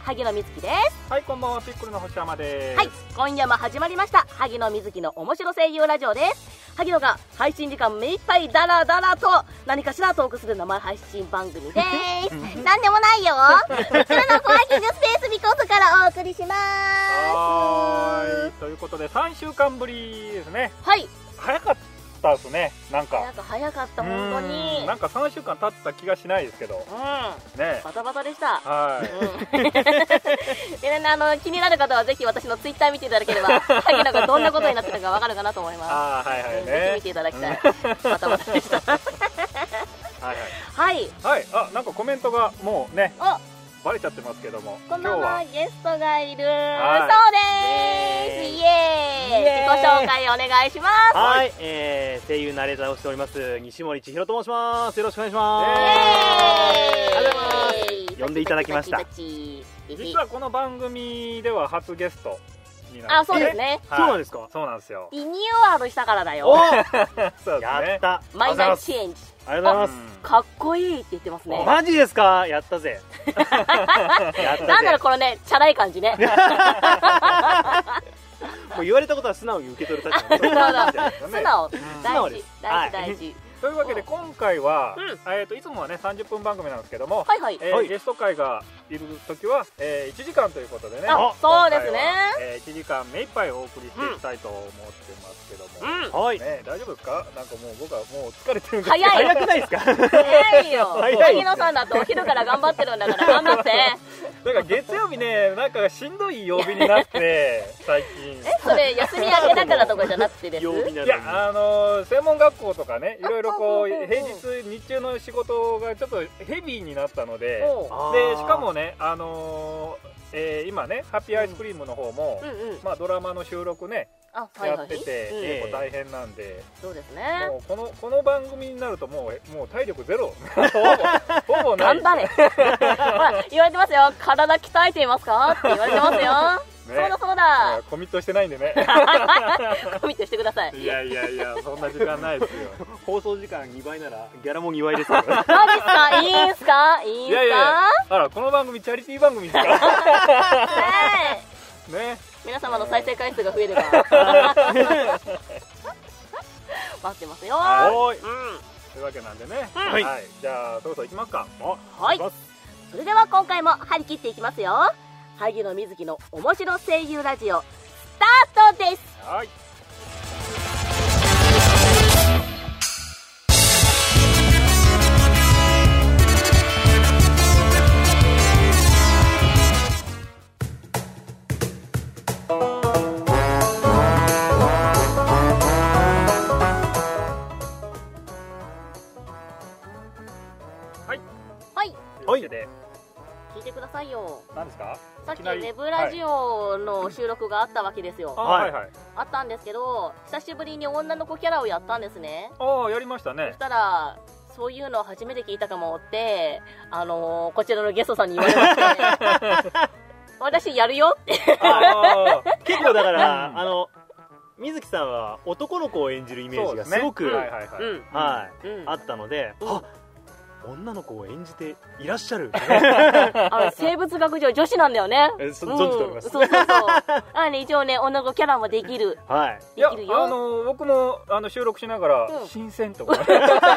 萩野瑞希です。 はい、こんばんは、ピックルの星山です。 はい、今夜も始まりました萩野瑞希の面白声優ラジオです。萩野が配信時間目いっぱいダラダラと何かしらトークする生配信番組ですなんでもないよこちらのコワーキングスペースビコスからお送りします。 はい、ということで3週間ぶりですね。 はい、 早かったですね。なんか早かった、本当になんか3週間経った気がしないですけど、ね、 バタバタでした。 はい、 でね、気になる方はぜひ私のツイッター見ていただければ萩野がどんなことになってたかわかるかなと思います。 はいはいね、 ぜひ見ていただきたい。バタバタでしたはい、 あ、なんかコメントがもうねバレちゃってますけども、 こんばんは、ゲストがいる、そうです、イエーイ、自己紹介お願いします。 はい、声優ナレーターをしております西森千尋と申します。よろしくお願いします。ありがとうございます。呼んでいただきました。 実はこの番組では初ゲストになる。 あ、そうですね。 そうなんですか。 そうなんですよ。 リニューアルしたからだよ。 そうですね。 やった。 マイナーチェンジ。 ありがとうございます。 かっこいいって言ってますね。 マジですか。やったぜ。 なんだろうこのね、チャラい感じね。 もう言われたことは素直に受け取るタイプ。 素直、大事、大事。 というわけで今回は、いつもはね30分番組なんですけども、ゲスト会がいる時は、1時間ということでね、 そうですね、 1時間目いっぱいお送りしていきたいと思ってますけども、大丈夫ですか？なんかもう僕はもう疲れてるんですけど。 早くないですか？ 早いよ。萩野さんだとお昼から頑張ってるんだから頑張って。 だから月曜日ね、なんかしんどい曜日になって最近。 それ休み明けだからとかじゃなくてです？ いや、専門学校とかね、いろいろこう平日日中の仕事がちょっとヘビーになったので、しかもね、今ねハッピーアイスクリームの方も、ドラマの収録ねやってて結構大変なんで、 そうですね。 もうこの番組になるともう体力ゼロ。ほぼない。 頑張れ。ほら言われてますよ。体鍛えていますかって言われてますよ。そうだそうだ。 コミットしてないんでね。 コミットしてください。 いやそんな時間ないですよ。 放送時間2倍ならギャラも2倍ですよ。 マジっすか？いいんすか？いいんすか？ あら、この番組チャリティー番組ですか？ね。 皆様の再生回数が増えれば待ってますよ。 というわけなんでね、じゃあそろそろ行きますか。 はい、それでは今回も張り切っていきますよ。萩野瑞希の面白声優ラジオスタートです。 はい、 聞いてくださいよ。 何ですか？ さっきウェブラジオの収録があったわけですよ。あったんですけど、久しぶりに女の子キャラをやったんですね。 やりましたね。 そしたらそういうの初めて聞いたかもってこちらのゲストさんに言われまして私やるよって結構だから水木さんは男の子を演じるイメージがすごくあったので、女の子を演じていらっしゃる。 生物学上女子なんだよね。 存じております。 そう一応ね女の子キャラもできる。 いや僕も収録しながら新鮮とか。そん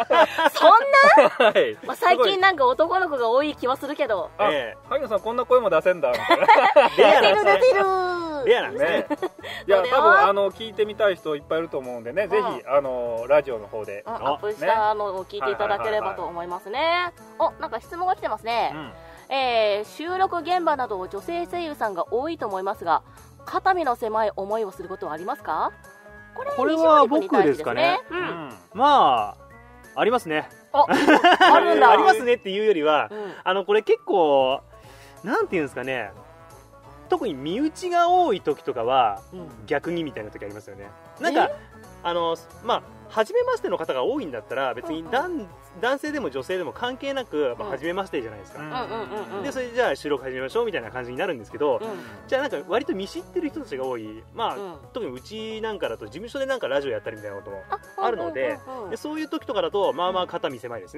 な？最近なんか男の子が多い気はするけど。 萩野さんこんな声も出せんだみたいな。 出てる。 レアなんですね。 いや多分聞いてみたい人いっぱいいると思うんでね、ぜひラジオの方でアップしたのを聞いていただければと思いますね。なんか質問が来てますね。収録現場など女性声優さんが多いと思いますが、肩身の狭い思いをすることはありますか？ これは僕ですかね。まあありますね。 あるんだ。 ありますねっていうよりは、これ結構なんていうんですかね、特に身内が多い時とかは逆にみたいな時ありますよね。なんか初めましての方が多いんだったら別に男性でも女性でも関係なく初めましてじゃないですか。でそれでじゃあ収録始めましょうみたいな感じになるんですけど、じゃあなんか割と見知ってる人たちが多い、特にうちなんかだと事務所でなんかラジオやったりみたいなこともあるので、そういう時とかだとまあまあ肩身狭いですね。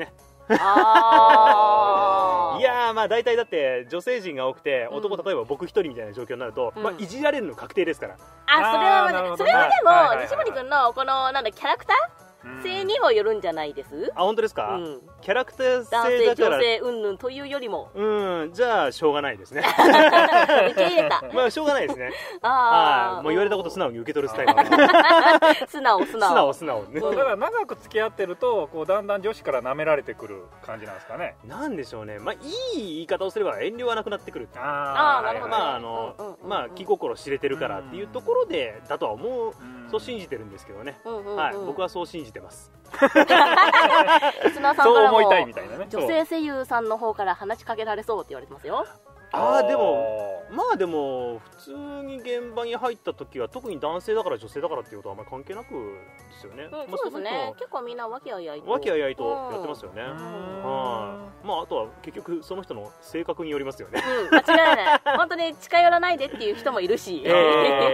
あいやー、まあ大体だって女性陣が多くて男、例えば僕一人みたいな状況になると、まあ、いじられるの確定ですから。 それはまだ、それはでも西森君のこのなんだキャラクター性にもよるんじゃないです？ 本当ですか？キャラクター性だから男性女性云々というよりもじゃあしょうがないですね。 受け入れた。 まあしょうがないですね。もう言われたこと素直に受け取るスタイル。 素直ね。 だから長く付き合ってるとこうだんだん女子から舐められてくる感じなんですかね。 なんでしょうね。まあいい言い方をすれば遠慮はなくなってくる。 なるほど。 まあ気心知れてるからっていうところでだとは思う。そう信じてるんですけどね。僕はそう信じてます。 砂さんからもそう思いたいみたいなね。 女性声優さんの方から話しかけられそうって言われてますよ。 でもでも普通に現場に入った時は特に男性だから女性だからっていうことはあんまり関係なくですよね。 そうですね。結構みんな和気あいあいとやってますよね。まああとは結局その人の性格によりますよね。 間違いない。本当に近寄らないでっていう人もいるし、人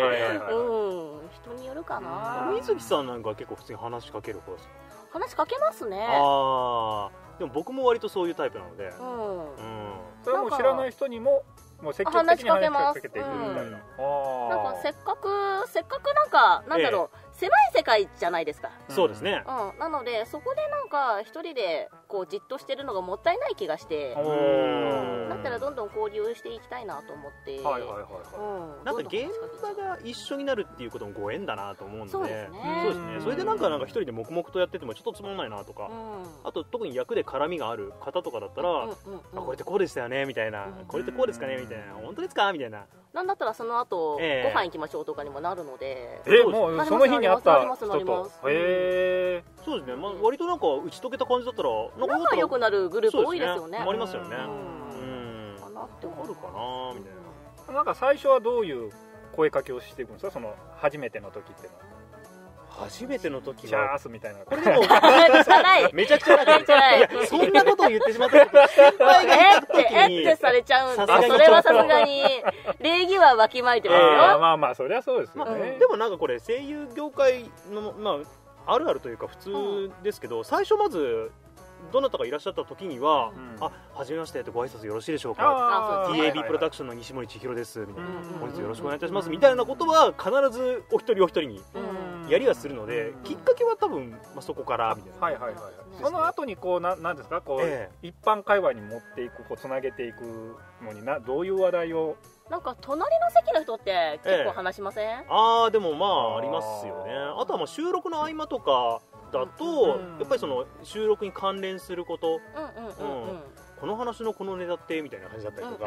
によるかな。 水木さんなんかは結構普通に話しかける方です。 話しかけますね。 でも僕も割とそういうタイプなので、 それはもう知らない人にももう積極的に話しかけていくみたいな。なんかせっかくなんかなんだろう、狭い世界じゃないですか。 そうですね。 なのでそこでなんか一人でこうじっとしてるのがもったいない気がして、だったらどんどん交流していきたいなと思って、 なんか現場が一緒になるっていうこともご縁だなと思うので、そうですね。それでなんか一人で黙々とやっててもちょっとつまんないなとか、あと特に役で絡みがある方とかだったら、これってこうでしたよねみたいな、これってこうですかねみたいな、本当ですかみたいな。 なんだったらその後ご飯行きましょうとかにもなるので、 もうその日に会った人と、 そうですね。割となんか打ち解けた感じだったら仲良くなるグループ多いですよね。 ありますよね。かなってあるかなみたいな。 なんか最初はどういう声かけをしていくんですか、その初めての時っていうのは。 初めての時シャースみたいな。 これでもめちゃくちゃない。 そんなことを言ってしまったら先輩が言った時にってされちゃうんで、それはさすがに礼儀はわきまえてますよ。 まあそりゃそうですよね。 でもなんかこれ声優業界のあるあるというか普通ですけど、最初まずどなたかいらっしゃった時には、はじめましてってご挨拶よろしいでしょうか、TAB プロダクションの西森千尋ですみたいな、本日よろしくお願いいたしますみたいなことは必ずお一人お一人にやりはするので、きっかけは多分そこからみたいな。 その後にこうなんですか、こう一般会話に持っていく、こうつなげていくのにどういう話題を。 なんか隣の席の人って結構話しません？ でもありますよね。あとは収録の合間とかだとやっぱりその収録に関連すること、この話のこのネタってみたいな感じだったりとか、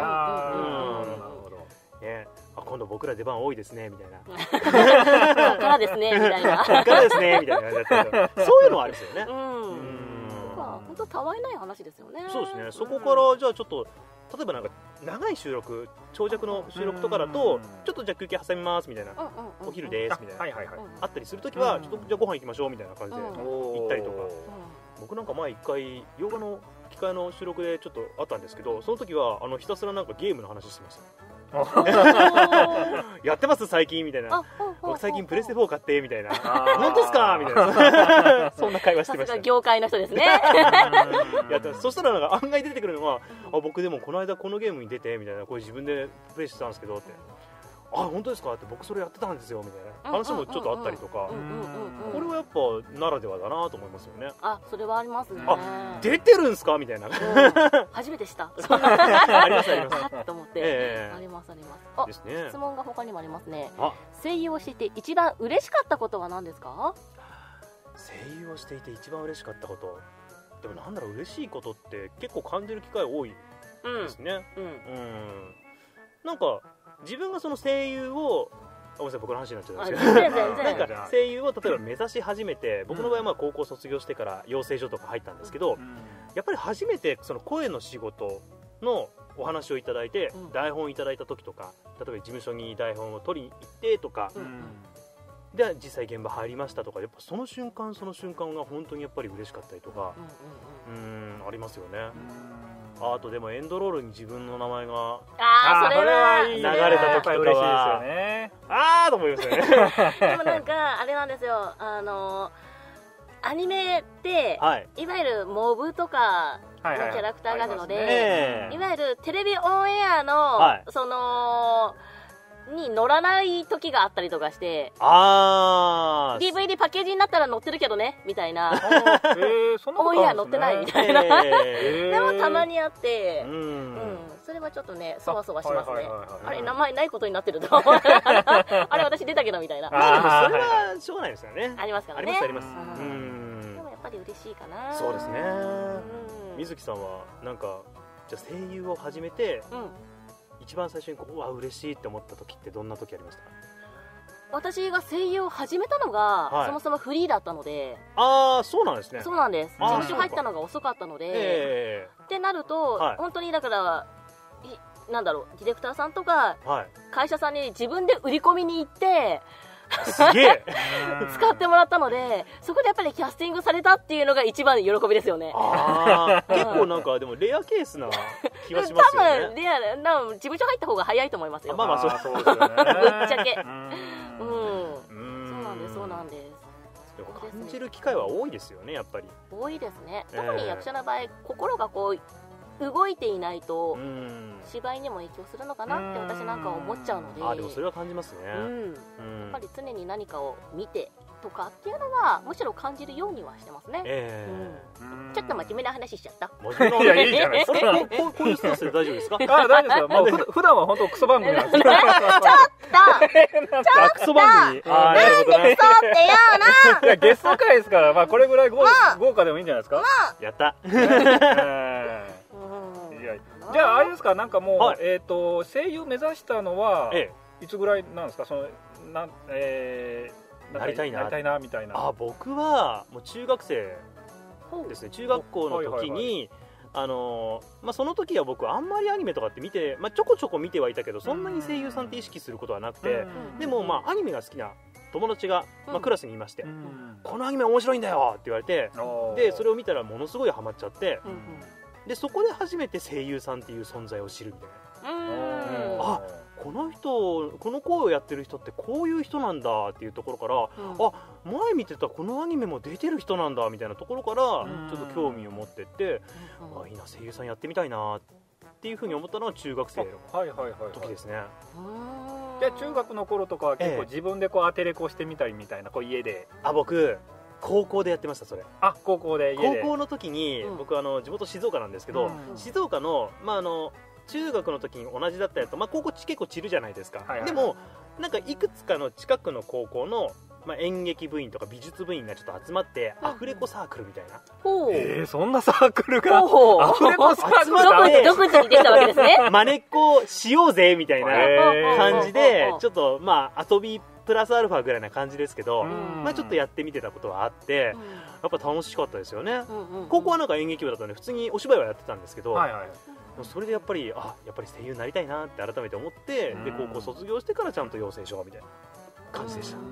今度僕ら出番多いですねみたいな、 からですねみたいな、 からですねみたいな感じだったりとか、そういうのはありますよね。 本当たわいない話ですよね。 そうですね。そこからじゃあちょっと例えばなんか長い収録、長尺の収録とかだとちょっとじゃあ休憩挟みますみたいな、お昼ですみたいなあったりするときはちょっとじゃあご飯行きましょうみたいな感じで行ったりとか。僕なんか前一回洋画の吹き替えの収録でちょっとあったんですけど、その時はひたすらなんかゲームの話してました。やってます最近みたいな、僕最近プレステ4買ってみたいな、本当ですかみたいな、そんな会話してました。 業界の人ですね。 そしたらなんか案外出てくるのは、僕でもこの間このゲームに出てみたいな、これ自分でプレイしてたんですけどって、本当ですかって、僕それやってたんですよみたいな話もちょっとあったりとか、これはやっぱならではだなと思いますよね。 それはありますね。 出てるんすかみたいな、 初めてしたありますありますと思って、ありますですね。質問が他にもありますね。声優をしていて一番嬉しかったことは何ですか？ 声優をしていて一番嬉しかったこと、でもなんだろう、嬉しいことって結構感じる機会多いですね。なんか自分がその声優を、ごめんなさい僕の話になっちゃうんですけど、なんか声優を例えば目指し始めて、僕の場合は高校卒業してから養成所とか入ったんですけど、やっぱり初めてその声の仕事のお話をいただいて、台本いただいた時とか、例えば事務所に台本を取りに行ってとか、で実際現場入りましたとか、やっぱその瞬間その瞬間が本当にやっぱり嬉しかったりとか、ありますよね。あとでもエンドロールに自分の名前がそれは流れた時とかは嬉しいですよね。 と思いますよね。 でもなんかあれなんですよ、 アニメって、いわゆるモブとかのキャラクターがあるので、いわゆるテレビオンエアの、そのに乗らない時があったりとかして、DVD パッケージになったら載ってるけどねみたいな、オンエア載ってないみたいな、でもたまにあって、それはちょっとねそわそわしますね。あれ名前ないことになってるとあれ私出たけどみたいな。 それはしょうがないですよね。 ありますからね。 あります。 でもやっぱり嬉しいかな。 そうですね。水木さんはなんかじゃあ声優を始めて、一番最初にうわ嬉しいって思った時ってどんな時ありました？ 私が声優を始めたのが、そもそもフリーだったので。 そうなんですね。 そうなんです。事務所入ったのが遅かったので、ってなると、本当にだからなんだろう、ディレクターさんとか、会社さんに自分で売り込みに行ってすげえ使ってもらったので、そこでやっぱりキャスティングされたっていうのが一番喜びですよね。 結構なんかでもレアケースな気がしますよね。 多分レアな、事務所入った方が早いと思いますよ。 まあまあそうですよね。 ぶっちゃけそうなんです。 感じる機会は多いですよね、やっぱり。 多いですね。特に役者の場合、心がこう動いていないと芝居にも影響するのかなって私なんか思っちゃうので。 でもそれは感じますね。 やっぱり常に何かを見てとかっていうのはむしろ感じるようにはしてますね。ちょっと真面目な話しちゃった。 いや、いいじゃないですか。 こういうスタンスで大丈夫ですか？ 大丈夫ですよ。もう普段は本当クソ番組なんですよ。 ちょっとクソ番組。 なんでそうって言うの？ いや、ゲスト会ですから、まあこれぐらい豪華でもいいんじゃないですか？ やった。 じゃああれですか、なんかもう声優目指したのはいつぐらいなんですか？そのなりたいなみたいな。 僕はもう中学生ですね。中学校の時にその時は僕あんまりアニメとかって見て、ちょこちょこ見てはいたけど、そんなに声優さんって意識することはなくて、でもアニメが好きな友達がクラスにいまして、このアニメ面白いんだよって言われて、でそれを見たらものすごいハマっちゃって、でそこで初めて声優さんっていう存在を知るみたいな。この人、この声をやってる人ってこういう人なんだっていうところから、前見てたこのアニメも出てる人なんだみたいなところからちょっと興味を持ってって、いいな、声優さんやってみたいなっていうふうに思ったのが中学生の時ですね。 で中学の頃とかは結構自分でこうアテレコしてみたりみたいな、こう家で。 僕高校でやってました。それ高校で家で。 高校の時に僕地元静岡なんですけど、静岡の中学の時に同じだったやつと、高校結構散るじゃないですか。でもなんかいくつかの近くの高校の演劇部員とか美術部員がちょっと集まってアフレコサークルみたいな。 そんなサークルがアフレコサークル独自にできたわけですね。 まねっこしようぜみたいな感じで、ちょっと遊びプラスアルファぐらいな感じですけど、ちょっとやってみてたことはあって、やっぱ楽しかったですよね。高校はなんか演劇部だったんで普通にお芝居はやってたんですけど、それでやっぱり声優になりたいなって改めて思って、で高校卒業してからちゃんと養成所みたいな感じでした。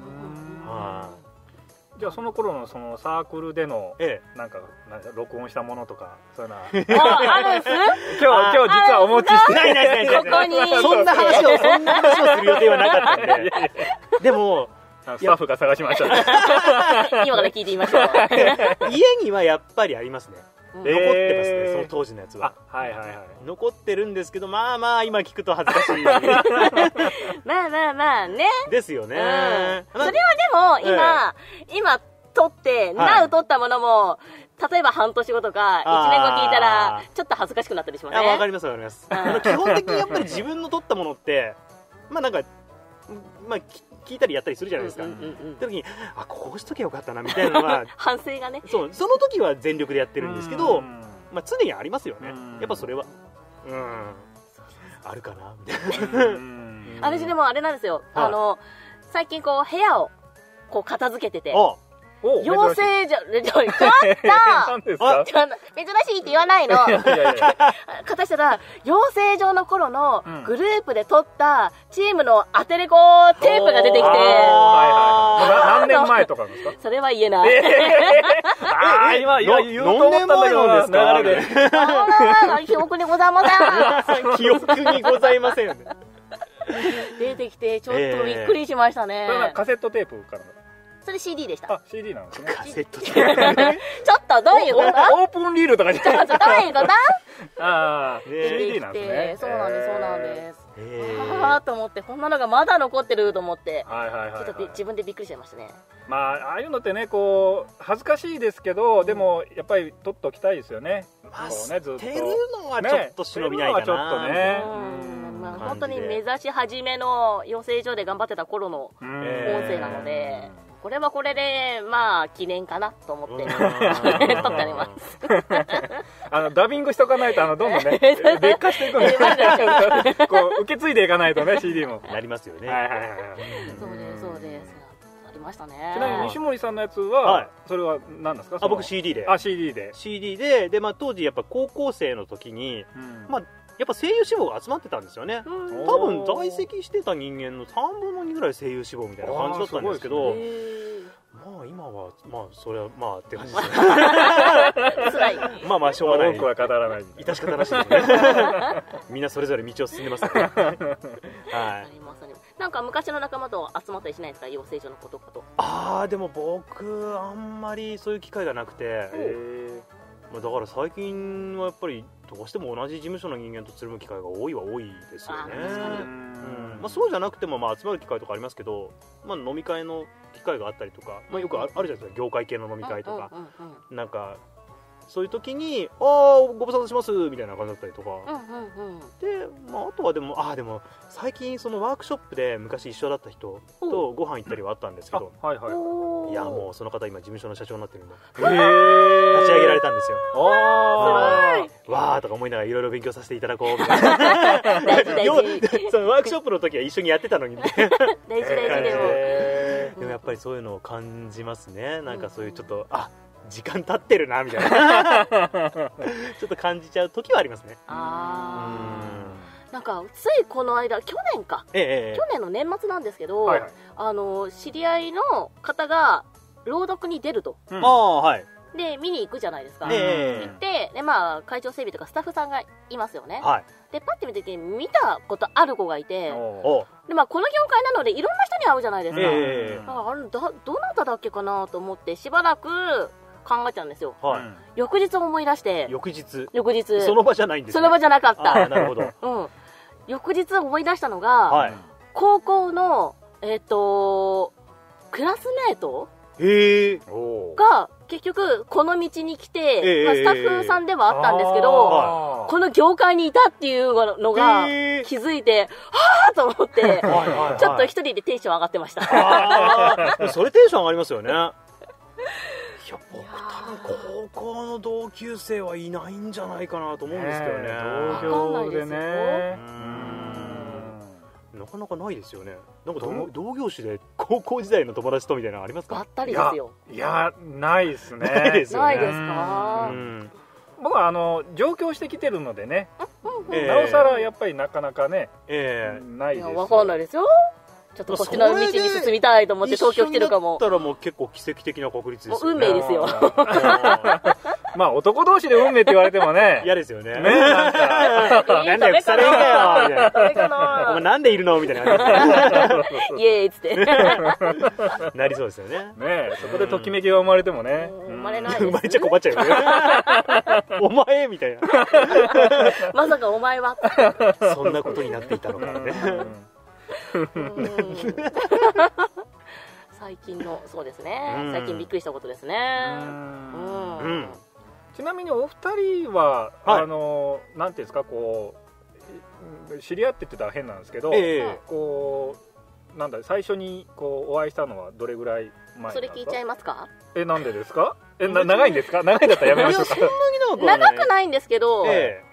じゃあその頃のそのサークルでのなんか録音したものとかそういうのはあるんす？ 今日実はお持ちしてないここにそんな話をする予定はなかったんで。でもスタッフが探しましたね。 今から聞いてみましょう。 家にはやっぱりありますね。残ってますね、その当時のやつは。残ってるんですけど、今聞くと恥ずかしい。 ね。 ですよね。 それはでも今撮ってなお撮ったものも、例えば半年後とか1年後聞いたらちょっと恥ずかしくなったりしますね。 わかりますわかります。基本的にやっぱり自分の撮ったものってなんか聞いたりやったりするじゃないですか。って時にこうしときゃよかったなみたいなのは反省がね。 その時は全力でやってるんですけど、常にありますよね。やっぱそれはあるかなみたいな。 私でもあれなんですよ。最近こう部屋をこう片付けてて。養成所、ちょっと珍しいって言わないの。片したら、養成所の頃のグループで撮ったチームのアテレコテープが出てきて。 何年前とかですか？ それは言えない。 今言おうと思ったんだけど、流れで。 記憶にございません。 記憶にございませんよね。 出てきて、ちょっとびっくりしましたね。 それはカセットテープからそそれ CD でした。 あ、CD なんですね。 カセットちょっとどういうこと？ オープンリールとかじゃない。 どういうこと？ ああ、 出て CD きなんですてね。 そうなんです、そうなんです。 ーああと思って、こんなのがまだ残ってると思って、 はいはいはい、 ちょっと自分でびっくりしちゃいましたね。 まあ、ああいうのってね、こう恥ずかしいですけど、でもやっぱり取っておきたいですよね。 まあこうね、ずっと捨てるのはちょっと忍びないかな、 ね、捨てるのはちょっとね、 まあ、本当に目指し始めの養成所で頑張ってた頃の音声なので、これはこれでまあ記念かなと思って撮ってありますダビングしとかないとどんどんね劣化していくんでこう受け継いでいかないとね CD もなりますよね。 はいはいはい、 そうですそうです、ありましたね。 ちなみに西森さんのやつは、 はい、 それは何ですか？ 僕 CD で。 CD で、まあ、当時やっぱ高校生の時に、まあやっぱ声優志望が集まってたんですよね。多分在籍してた人間の3分の2ぐらい声優志望みたいな感じだったんですけど、まあ今はまあそれはまあって感じですね。 辛い。 まあまあしょうがない。 多くは語らない。 致し方なしですね。みんなそれぞれ道を進んでますから。はい。 なんか昔の仲間と集まったりしないですか、養成所の子とかと。 でも僕あんまりそういう機会がなくて、だから最近はやっぱりどうしても同じ事務所の人間とつるむ機会が多いは多いですよね。まあ、そうじゃなくてもまあ集まる機会とかありますけど、まあ、飲み会の機会があったりとか、まあ、よくあるじゃないですか、業界系の飲み会とか、なんかそういう時にご無沙汰しますみたいな感じだったりとか、で、まあ、あとはでも最近そのワークショップで昔一緒だった人とご飯行ったりはあったんですけど、いやもうその方今事務所の社長になってるんで立ち上げられたんですよ。わーとか思いながらいろいろ勉強させていただこうみたいなそのワークショップの時は一緒にやってたのに大事でもやっぱりそういうのを感じますね。なんかそういうちょっと時間経ってるなみたいなちょっと感じちゃう時はありますね。 なんかついこの間去年か、去年の年末なんですけど、知り合いの方が朗読に出ると、で見に行くじゃないですか。行ってで、まあ、会場整備とかスタッフさんがいますよね。でパッて見た時に見たことある子がいて、で、まあ、この業界なのでいろんな人に会うじゃないですか。どなただっけかなと思ってしばらく考えちゃうんですよ。翌日思い出して、翌日その場じゃないんですね。 その場じゃなかった。 なるほど。 翌日思い出したのが、高校のクラスメートが結局この道に来て、スタッフさんではあったんですけど、この業界にいたっていうのが気づいて、はぁと思ってちょっと一人でテンション上がってました。 それテンション上がりますよね。僕多分高校の同級生はいないんじゃないかなと思うんですけどね。 同業でね、 なかなかないですよね。なんか同業種で高校時代の友達とみたいなのありますか？ ばったりですよ。 いやないですね。 ないですよね。 ないですか？ 僕は上京してきてるのでね、なおさらやっぱりなかなかね、ないです。 わかんないですよ。ちょっとこっちの道に進みたいと思って東京来てるかも。 だったらもう結構奇跡的な確率ですよね。 運命ですよ。 まあ男同士で運命って言われてもね嫌ですよね。 なんだよ腐れんかよみたいな。お前なんでいるのみたいな。 イエーイっつってなりそうですよね。 そこでときめきが生まれてもね、 生まれないです。 生まれちゃ困っちゃうよね。お前みたいな。 まさかお前はそんなことになっていたのかね。 最近のそうですね、最近びっくりしたことですね。 ちなみにお二人はなんていうんですか、こう知り合ってって言ったら変なんですけど、こうなんだ最初にこうお会いしたのはどれぐらい前なんですか？ それ聞いちゃいますか？ なんでですか？長いんですか？長いだったらやめましょうか。 長くないんですけど、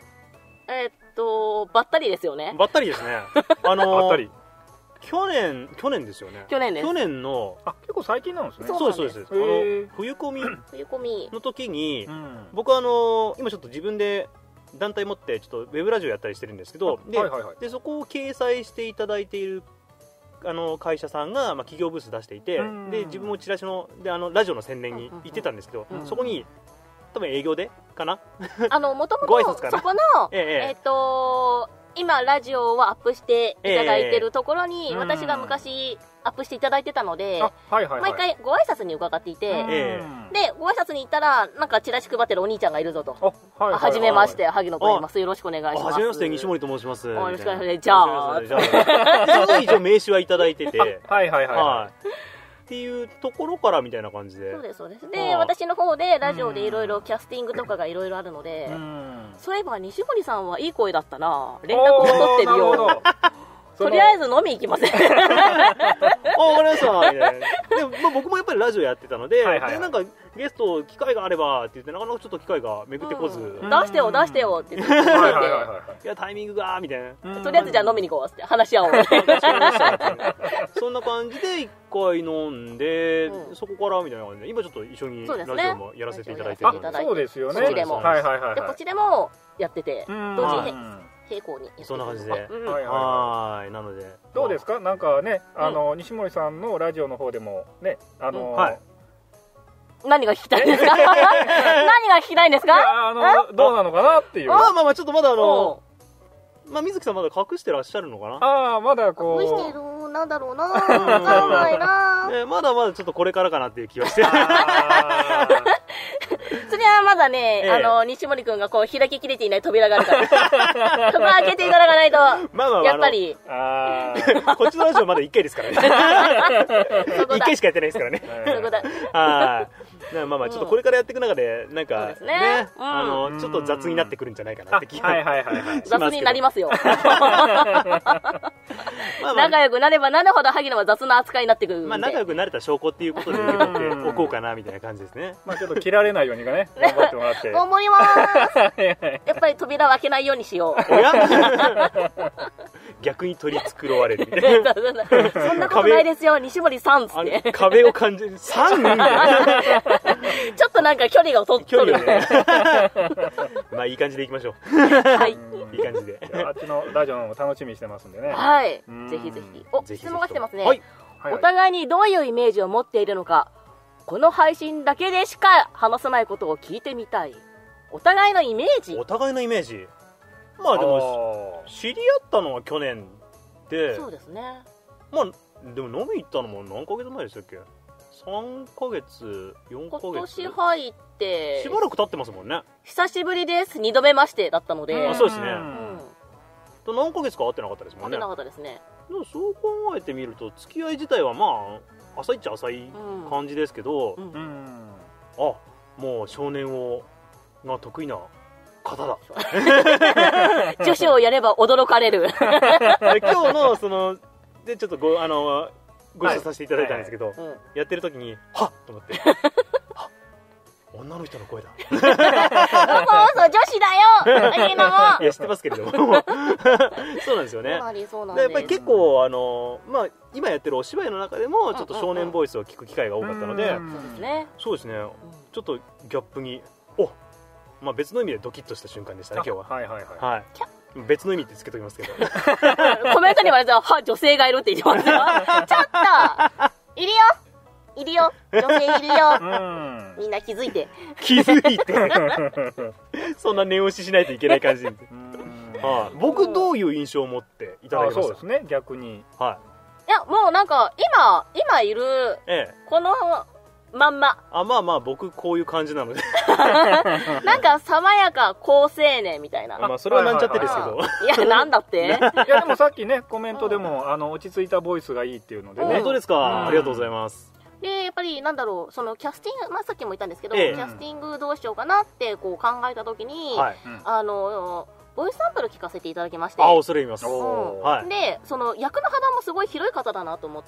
ばったりですよね。 ばったりですね。 ばったり。 去年ですよね。 去年です。 去年の結構最近なんですね。 そうです。冬コミの時に、僕今ちょっと自分で団体持ってちょっとウェブラジオやったりしてるんですけど、でそこを掲載していただいている会社さんが企業ブース出していて、で自分もチラシのでラジオの宣伝に行ってたんですけど、そこに多分営業でかな。 もともとそこの今ラジオをアップしていただいてるところに、私が昔アップしていただいてたので、毎回ご挨拶に伺っていて、でご挨拶に行ったらなんかチラシ配ってるお兄ちゃんがいるぞと、はじめまして萩野と言います、よろしくお願いします。 はじめまして、西森と申します。 よろしくお願いします。じゃあその以上名刺はいただいてて、っていうところからみたいな感じで。 そうですそうです。で、私の方でラジオでいろいろキャスティングとかがいろいろあるので、そういえば西森さんはいい声だったな、連絡を取ってみよう、とりあえず飲み行きません。 わかりましたみたいな。でも僕もやっぱりラジオやってたので、なんかゲスト機会があればって言って、なかなかちょっと機会が巡ってこず、 出してよ出してよって言って、 いやタイミングがみたいな、 とりあえずじゃあ飲みに行こうって話し合おう。 そんな感じで一回飲んで、そこからみたいな感じで、今ちょっと一緒にラジオもやらせていただいてるので、 そうですよね。 こっちでもでこっちでもやってて、同時並行にそんな感じで、なのでどうですか、なんかね、西森さんのラジオの方でもね、 何が聞きたいんですか？何が聞きたいんですか？ どうなのかなっていう。 まあちょっとまだ水木さんまだ隠してらっしゃるのかな。 まだこう隠してる、なんだろうな、わかんないな。 まだまだちょっとこれからかなっていう気はして。 それはまだね、西森くんがこう開ききれていない扉があるからそこ開けていただかないと、やっぱりこっちのラジオまだ1回ですからね。1回しかやってないですからね。 そこだ。 ちょっとこれからやっていく中でなんかね、ちょっと雑になってくるんじゃないかなって気が。 雑になりますよ。仲良くなればなるほど萩野は雑な扱いになってくるんで、 仲良くなれた証拠っていうことで受け取っておこうかなみたいな感じですね。 ちょっと切られないようにがね、頑張ってもらって。 頑張ります。やっぱり扉を開けないようにしよう。 逆に取り繕われるみたいな。 そんなことないですよ、西森さんっつって。 壁を感じる。さんみたいな。 ちょっとなんか距離が取る。 いい感じでいきましょう。 はい。 いい感じで。 あっちのラジオも楽しみにしてますんでね。 はい。ぜひぜひ。質問が来てますね。お互いにどういうイメージを持っているのか、この配信だけでしか話さないことを聞いてみたい。お互いのイメージ。 お互いのイメージ。でも知り合ったのは去年で、 そうですね。 でも飲み行ったのも何ヶ月前でしたっけ？3ヶ月4ヶ月。 今年入ってしばらく経ってますもんね。 久しぶりです。2度目ましてだったので。 そうですね。何ヶ月か会ってなかったですもんね。 会ってなかったですね。 でもそう考えてみると付き合い自体は浅いっちゃ浅い感じですけど、もう少年が得意な方だ。 女子をやれば驚かれる。 今日のでちょっとご一緒させていただいたんですけど、やってる時にはっと思って、女の人の声だ。 そう女子だよ。 いや知ってますけれども。そうなんですよね。やっぱり結構今やってるお芝居の中でもちょっと少年ボイスを聞く機会が多かったので、そうですね。ちょっとギャップに別の意味でドキッとした瞬間でしたね今日は。別の意味ってつけときますけど。 コメントには女性がいるって言ってますよ。ちょっといるよ女性いるよ。みんな気づいてそんな念押ししないといけない感じで。僕どういう印象を持っていただきました？ そうですね、逆に。 いやもうなんか今いるこのまんま。 僕こういう感じなので。 なんか爽やか好青年みたいな。 それはなんちゃってですけど。 いやなんだって。 いやでもさっきねコメントでも落ち着いたボイスがいいっていうのでね。 本当ですか？ありがとうございます。 でやっぱりなんだろう、そのキャスティング、さっきも言ったんですけど、キャスティングどうしようかなってこう考えた時に、ボイスサンプル聞かせていただきまして。 恐れ入ります。 でその役の幅もすごい広い方だなと思って、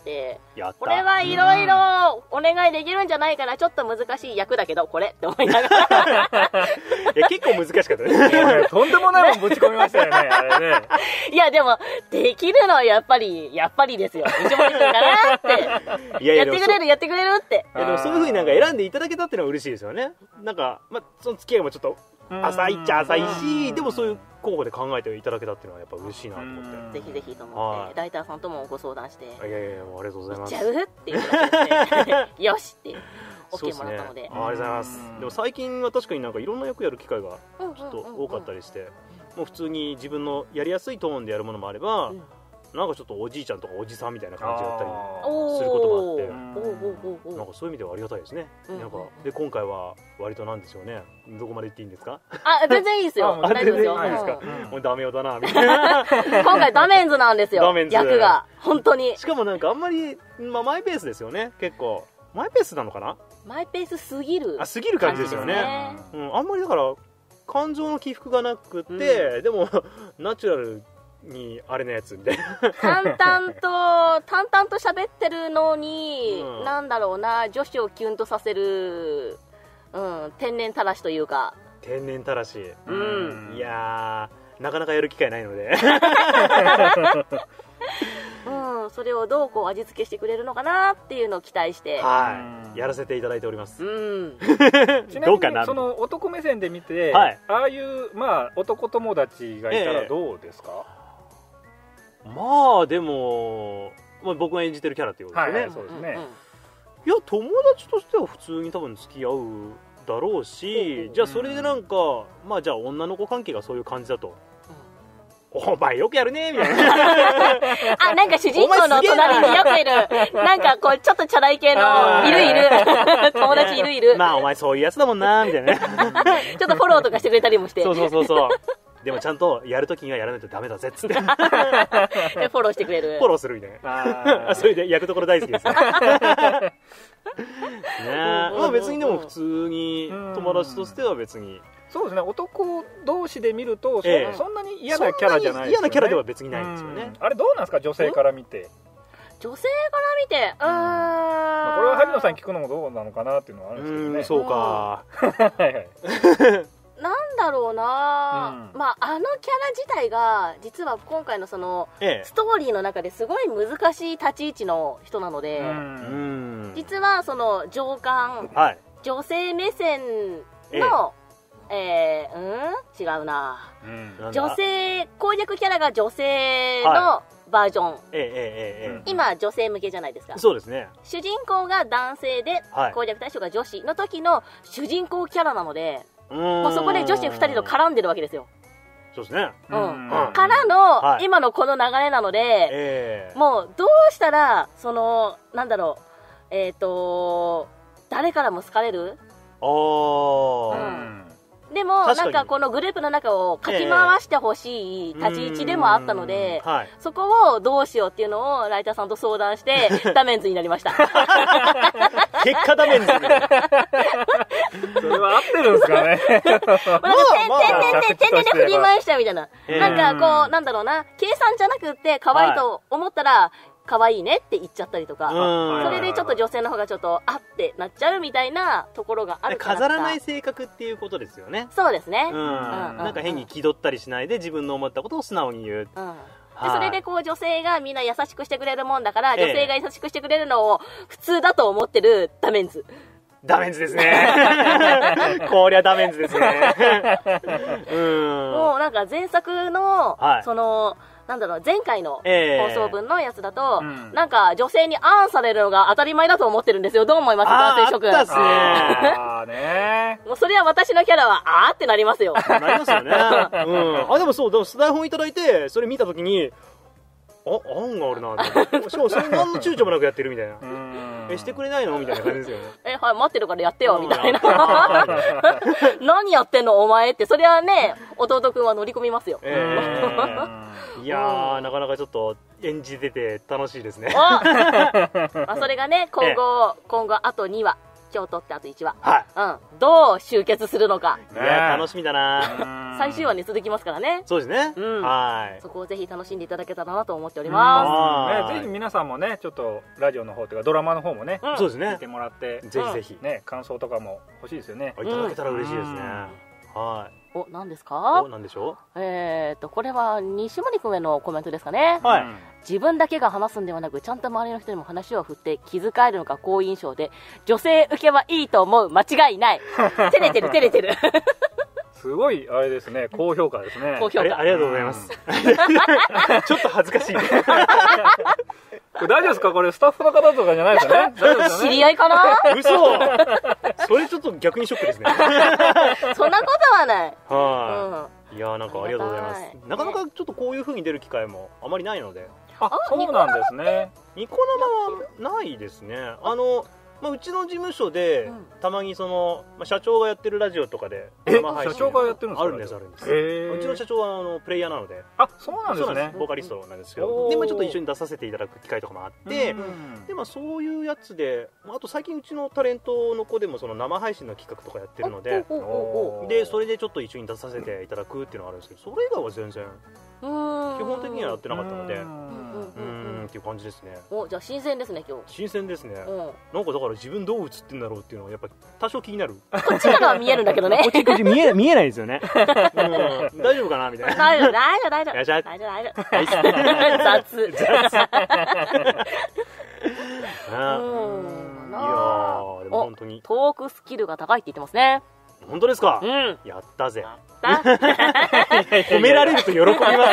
これはいろいろお願いできるんじゃないかな、ちょっと難しい役だけどこれって思いながら。 いや結構難しかったね。 とんでもないもんぶち込みましたよね、あれね。 いやでもできるのはやっぱりですよ、西森君かなって。やってくれるって。 でもそういう風になんか選んでいただけたっていうのは嬉しいですよね。なんかその付き合いもちょっと浅いっちゃ浅いし、でもそういう候補で考えていただけたっていうのはやっぱ嬉しいなと思って。 ぜひぜひと思ってライターさんともご相談して、 いやありがとうございます。 いっちゃうって言ってよしってOK もらったので。 ありがとうございます。でも最近は確かになんかいろんな役やる機会がちょっと多かったりして、 もう普通に自分のやりやすいトーンでやるものもあれば、なんかちょっとおじいちゃんとかおじさんみたいな感じだったりすることもあって、なんかそういう意味ではありがたいですね。なんかで今回は割となんでしょうね、どこまで言っていいんですか？ 全然いいですよ。大丈夫ですよ。 いいですか？もうダメよだなみたいな。 今回ダメンズなんですよ。 ダメンズ役が本当に。 しかもなんかあんまりマイペースですよね。結構マイペースなのかな？ マイペースすぎる。 すぎる感じですよね。あんまりだから感情の起伏がなくて、でもナチュラルにあれのやつみたいな淡々と喋ってるのに、なんだろうな、女子をキュンとさせる、天然たらしというか。 天然たらし、いやーなかなかやる機会ないのでそれをどうこう味付けしてくれるのかなっていうのを期待して、 やらせていただいております。 ちなみにその男目線で見て、ああいう男友達がいたらどうですか？ まあでも、僕が演じてるキャラっていうことですよね。 そうですね。 いや友達としては普通に多分付き合うだろうし、じゃあそれでなんかじゃあ女の子関係がそういう感じだと、お前よくやるねみたいななんか主人公の隣によくいるなんかこうちょっとチャラい系のいる友達いるお前そういうやつだもんなみたいなちょっとフォローとかしてくれたりもして、 そうでもちゃんとやるときにはやらないとダメだぜっつってフォローしてくれる、 フォローするみたいなそれで役どころ大好きですね別にでも普通に友達としては別にそうですね、男同士で見るとそんなに嫌なキャラじゃないですよね。 嫌なキャラでは別にないんですよね。 あれどうなんですか、女性から見て。 女性から見てこれは萩野さん聞くのもどうなのかなっていうのはあるんですけどね。 そうかなんだろうな、あのキャラ自体が実は今回のそのストーリーの中ですごい難しい立ち位置の人なので、実はその上官、女性目線の違うな、女性攻略キャラが女性のバージョン、今女性向けじゃないですか。 そうですね。 主人公が男性で、攻略対象が女子の時の主人公キャラなので、もうそこで女子2人と絡んでるわけですよ。 そうですね。 からの、今のこの流れなので、もうどうしたらそのなんだろう、誰からも好かれる。でもなんかこのグループの中をかき回してほしい立ち位置でもあったので、そこをどうしようっていうのをライターさんと相談してダメンズになりました結果ダメンズそれは合ってるんですかね点々で振り回しちゃうみたいな、なんかこうなんだろうな、計算じゃなくって可愛いと思ったら可愛いねって言っちゃったりとか、それでちょっと女性の方がちょっとあってなっちゃうみたいなところがあるから、 飾らない性格っていうことですよね。 そうですね。 なんか変に気取ったりしないで自分の思ったことを素直に言う。 でそれでこう女性がみんな優しくしてくれるもんだから、女性が優しくしてくれるのを普通だと思ってるダメンズ。 ダメンズですねこりゃダメンズですねもうなんか前作の、そのなんだろう、前回の放送分のやつだと、なんか女性にアンされるのが当たり前だと思ってるんですよ。どう思いますか、男性諸君。 あったっすねもうそれは私のキャラはあーってなりますよ。 なりますよね。でもそう、でも台本いただいてそれ見たときに、案があるなって。しかもそれ何の躊躇もなくやってるみたいな。してくれないのみたいな感じですよね。 はい、待ってるからやってよみたいな。何やってんのお前って、それはね、弟くんは乗り込みますよ。 いやー、なかなかちょっと演じてて楽しいですね。 それがね、今後あと2話、今日撮ってあと1話、どう集結するのか。 いや楽しみだな。 最終話に続きますからね。 そうですね。 そこをぜひ楽しんでいただけたらなと思っております。 ぜひ皆さんもね、ちょっとラジオの方というかドラマの方もね、 そうですね、 見てもらって、 ぜひぜひね、感想とかも欲しいですよね。 いただけたら嬉しいですね。 何ですか？ 何でしょう？これは西森君へのコメントですかね。自分だけが話すんではなく、ちゃんと周りの人にも話を振って気遣えるのが好印象で、女性受けはいいと思う。間違いない。照れてる照れてる。 すごいあれですね、高評価ですね。 ありがとうございます。ちょっと恥ずかしい。 大丈夫ですか？これスタッフの方とかじゃないですよね。 知り合いかな？ 嘘。それちょっと逆にショックですね。 そんなことはない。 いいやなんかありがとうございます。なかなかちょっとこういう風に出る機会もあまりないので。 そうなんですね。 ニコ生はないですね。うちの事務所でたまにその社長がやってるラジオとかで生配信社長がやってるんですか？ あるんですあるんです。うちの社長はプレイヤーなので。 そうなんですね。 ボーカリストなんですけど、でちょっと一緒に出させていただく機会とかもあって、でそういうやつで、あと最近うちのタレントの子でもその生配信の企画とかやってるので、でそれでちょっと一緒に出させていただくっていうのがあるんですけど、それ以外は全然基本的にはやってなかったので、っていう感じですね。 じゃあ新鮮ですね今日。 新鮮ですね。なんかだから自分どう映ってんだろうっていうのはやっぱ多少気になる。 こっちからは見えるんだけどね。 こっち見えないですよね。大丈夫かなみたいな。 大丈夫大丈夫大丈夫。雑。 いやでも本当にトークスキルが高いって言ってますね。 本当ですか？やったぜ。褒められると喜びますから。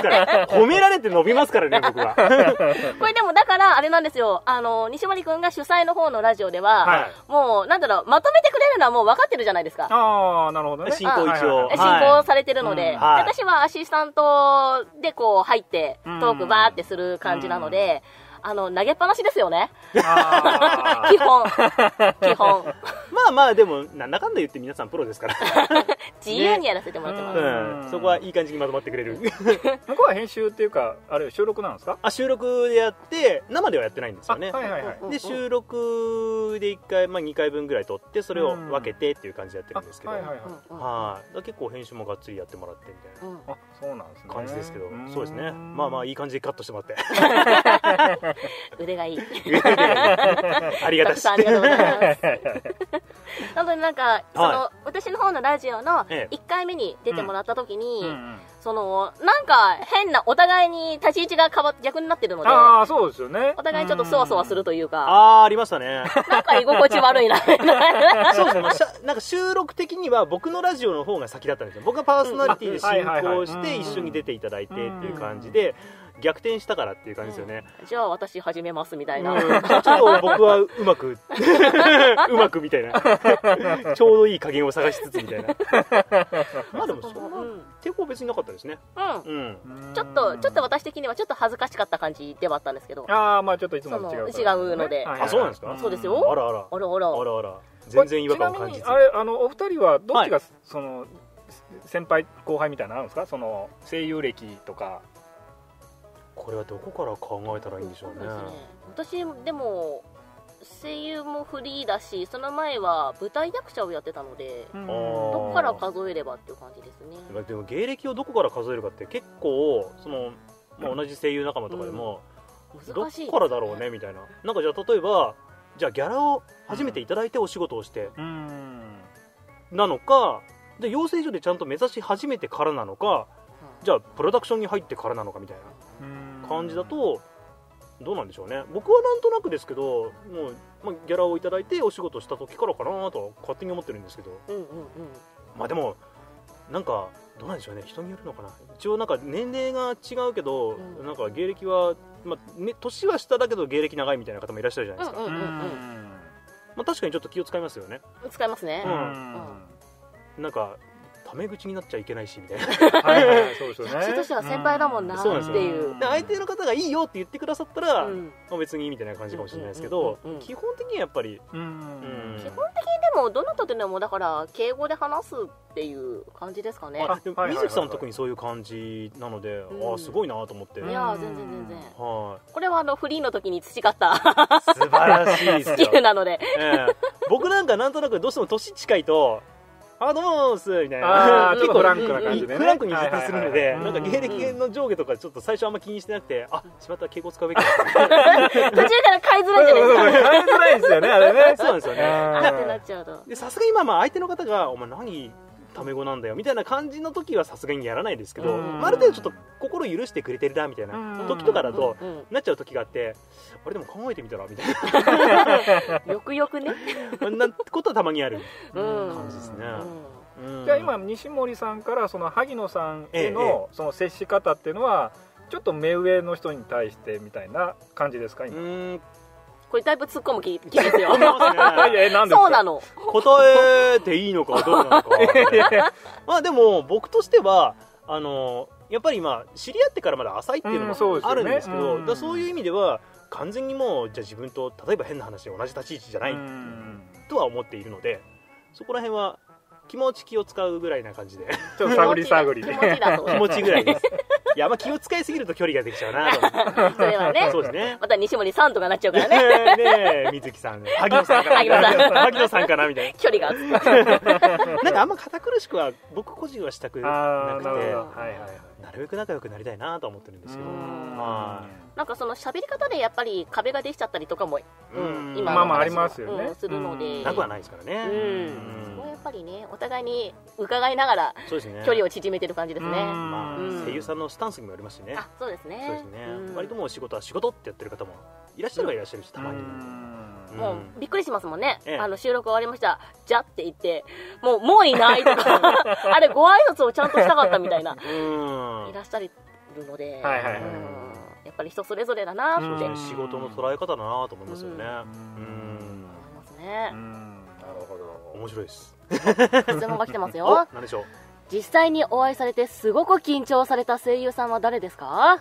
褒められて伸びますからね僕は。 これでもだからあれなんですよ。西森くんが主催の方のラジオでは、もうなんだろう、まとめてくれるのはもう分かってるじゃないですか。 なるほどね。 進行一応進行されてるので、私はアシスタントでこう入ってトークバーってする感じなので。投げっぱなしですよね。基本。 まあでもなんだかんだ言って皆さんプロですから。 自由にやらせてもらってます。そこはいい感じにまとまってくれる。 向こうは編集っていうかあれ収録なんですか？ 収録でやって生ではやってないんですよね。で収録で1回2回分ぐらい撮ってそれを分けてっていう感じでやってるんですけど、結構編集もがっつりやってもらってみたいな。 そうなんですね。 感じですけど、そうですね。まあいい感じでカットしてもらって。 腕がいい。 ありがたい。 ありがとうございます。なのでなんか私の方のラジオの1回目に出てもらった時に、なんか変なお互いに立ち位置が逆になってるので、 そうですよね。 お互いにちょっとそわそわするというか、 ありましたね。 なんか居心地悪いな。 そうですね。なんか収録的には僕のラジオの方が先だったんですよ。僕がパーソナリティで進行して一緒に出ていただいてっていう感じで。逆転したからっていう感じですよね。 じゃあ私始めますみたいな。 ちょっと僕はうまくみたいな。ちょうどいい加減を探しつつみたいな。まあでもそんな抵抗別になかったですね。 ちょっと私的にはちょっと恥ずかしかった感じではあったんですけど。 まあちょっといつもと違うので。 そうなんですか？ そうですよ。 あら。全然違和感を感じず。 お二人はどっちがその先輩後輩みたいなのあるんですか？その声優歴とか。 これはどこから考えたらいいんでしょうね。 私でも声優もフリーだし、その前は舞台役者をやってたので、どこから数えればっていう感じですね。 でも芸歴をどこから数えるかって結構同じ声優仲間とかでも、どこからだろうねみたいな。なんかじゃあ例えばギャラを初めていただいてお仕事をしてなのか、で養成所でちゃんと目指し始めてからなのか、じゃあプロダクションに入ってからなのかみたいな感じだとどうなんでしょうね。僕はなんとなくですけど、もうギャラをいただいてお仕事した時からかなと勝手に思ってるんですけど、まあでもなんかどうなんでしょうね。人によるのかな。一応なんか年齢が違うけど、なんか芸歴は年は下だけど芸歴長いみたいな方もいらっしゃるじゃないですか。確かにちょっと気を使いますよね。 使いますね。 なんかタメ口になっちゃいけないしみたいな。 そうですよね。 私としては先輩だもんなっていう。 相手の方がいいよって言ってくださったら別にみたいな感じかもしれないですけど、基本的にはやっぱり基本的にでもどなたでもだから敬語で話すっていう感じですかね。 水木さん特にそういう感じなので、すごいなと思って。 いや全然。これはフリーの時に培った素晴らしいスキルなので。 僕なんかなんとなくどうしても年近いと。どうもーすみたいな、 結構フランクな感じでね、 フランクに実践するので、なんか芸歴の上下とかちょっと最初あんま気にしてなくて、しまったら敬語使うべきだ途中から買いづらいじゃないですか。 買いづらいですよね、あれね。 そうなんですよね。 ってなっちゃうと。 でさすがに相手の方がお前何タメ語なんだよみたいな感じの時はさすがにやらないですけど、ある程度ちょっと心許してくれてるなみたいな時とかだとなっちゃう時があって、あれでも考えてみたらみたいなよくよくねなことはたまにある感じですね。 じゃあ今西森さんからその萩野さんへのその接し方っていうのはちょっと目上の人に対してみたいな感じですか？今これだいぶ突っ込む気ですよ。 そうなの。 答えていいのかどうなのか。でも僕としてはやっぱり知り合ってからまだ浅いっていうのもあるんですけど、そういう意味では完全にもうじゃあ自分と例えば変な話で同じ立ち位置じゃないとは思っているので、そこら辺は気持ち気を使うぐらいな感じでちょっと探り探りで気持ちぐらいです。いや、気を使いすぎると距離ができちゃうなと。 それはね。 そうですね。 また西森さんとかなっちゃうからね。 ねえ、水木さん、萩野さんかな、萩野さんかなみたいな。 距離が。 なんかあんま堅苦しくは僕個人はしたくなくて、なるべく仲良くなりたいなと思ってるんですけど。 なんかその喋り方でやっぱり壁ができちゃったりとかも、 今の話もするので。 なくはないですからね。 そこはやっぱりね、お互いに伺いながら距離を縮めてる感じですね。 声優さんのスタンスにもよりますしね。 そうですね。 割ともう仕事は仕事ってやってる方もいらっしゃるはいらっしゃるし、たまにもうびっくりしますもんね。収録終わりました、じゃって言ってもういないとかあれご挨拶をちゃんとしたかったみたいないらっしゃるので、やっぱり人それぞれだなって仕事の捉え方だなと思いますよね。 思いますね。 なるほど、 面白いです。 質問が来てますよ。 何でしょう。 実際にお会いされてすごく緊張された声優さんは誰ですか？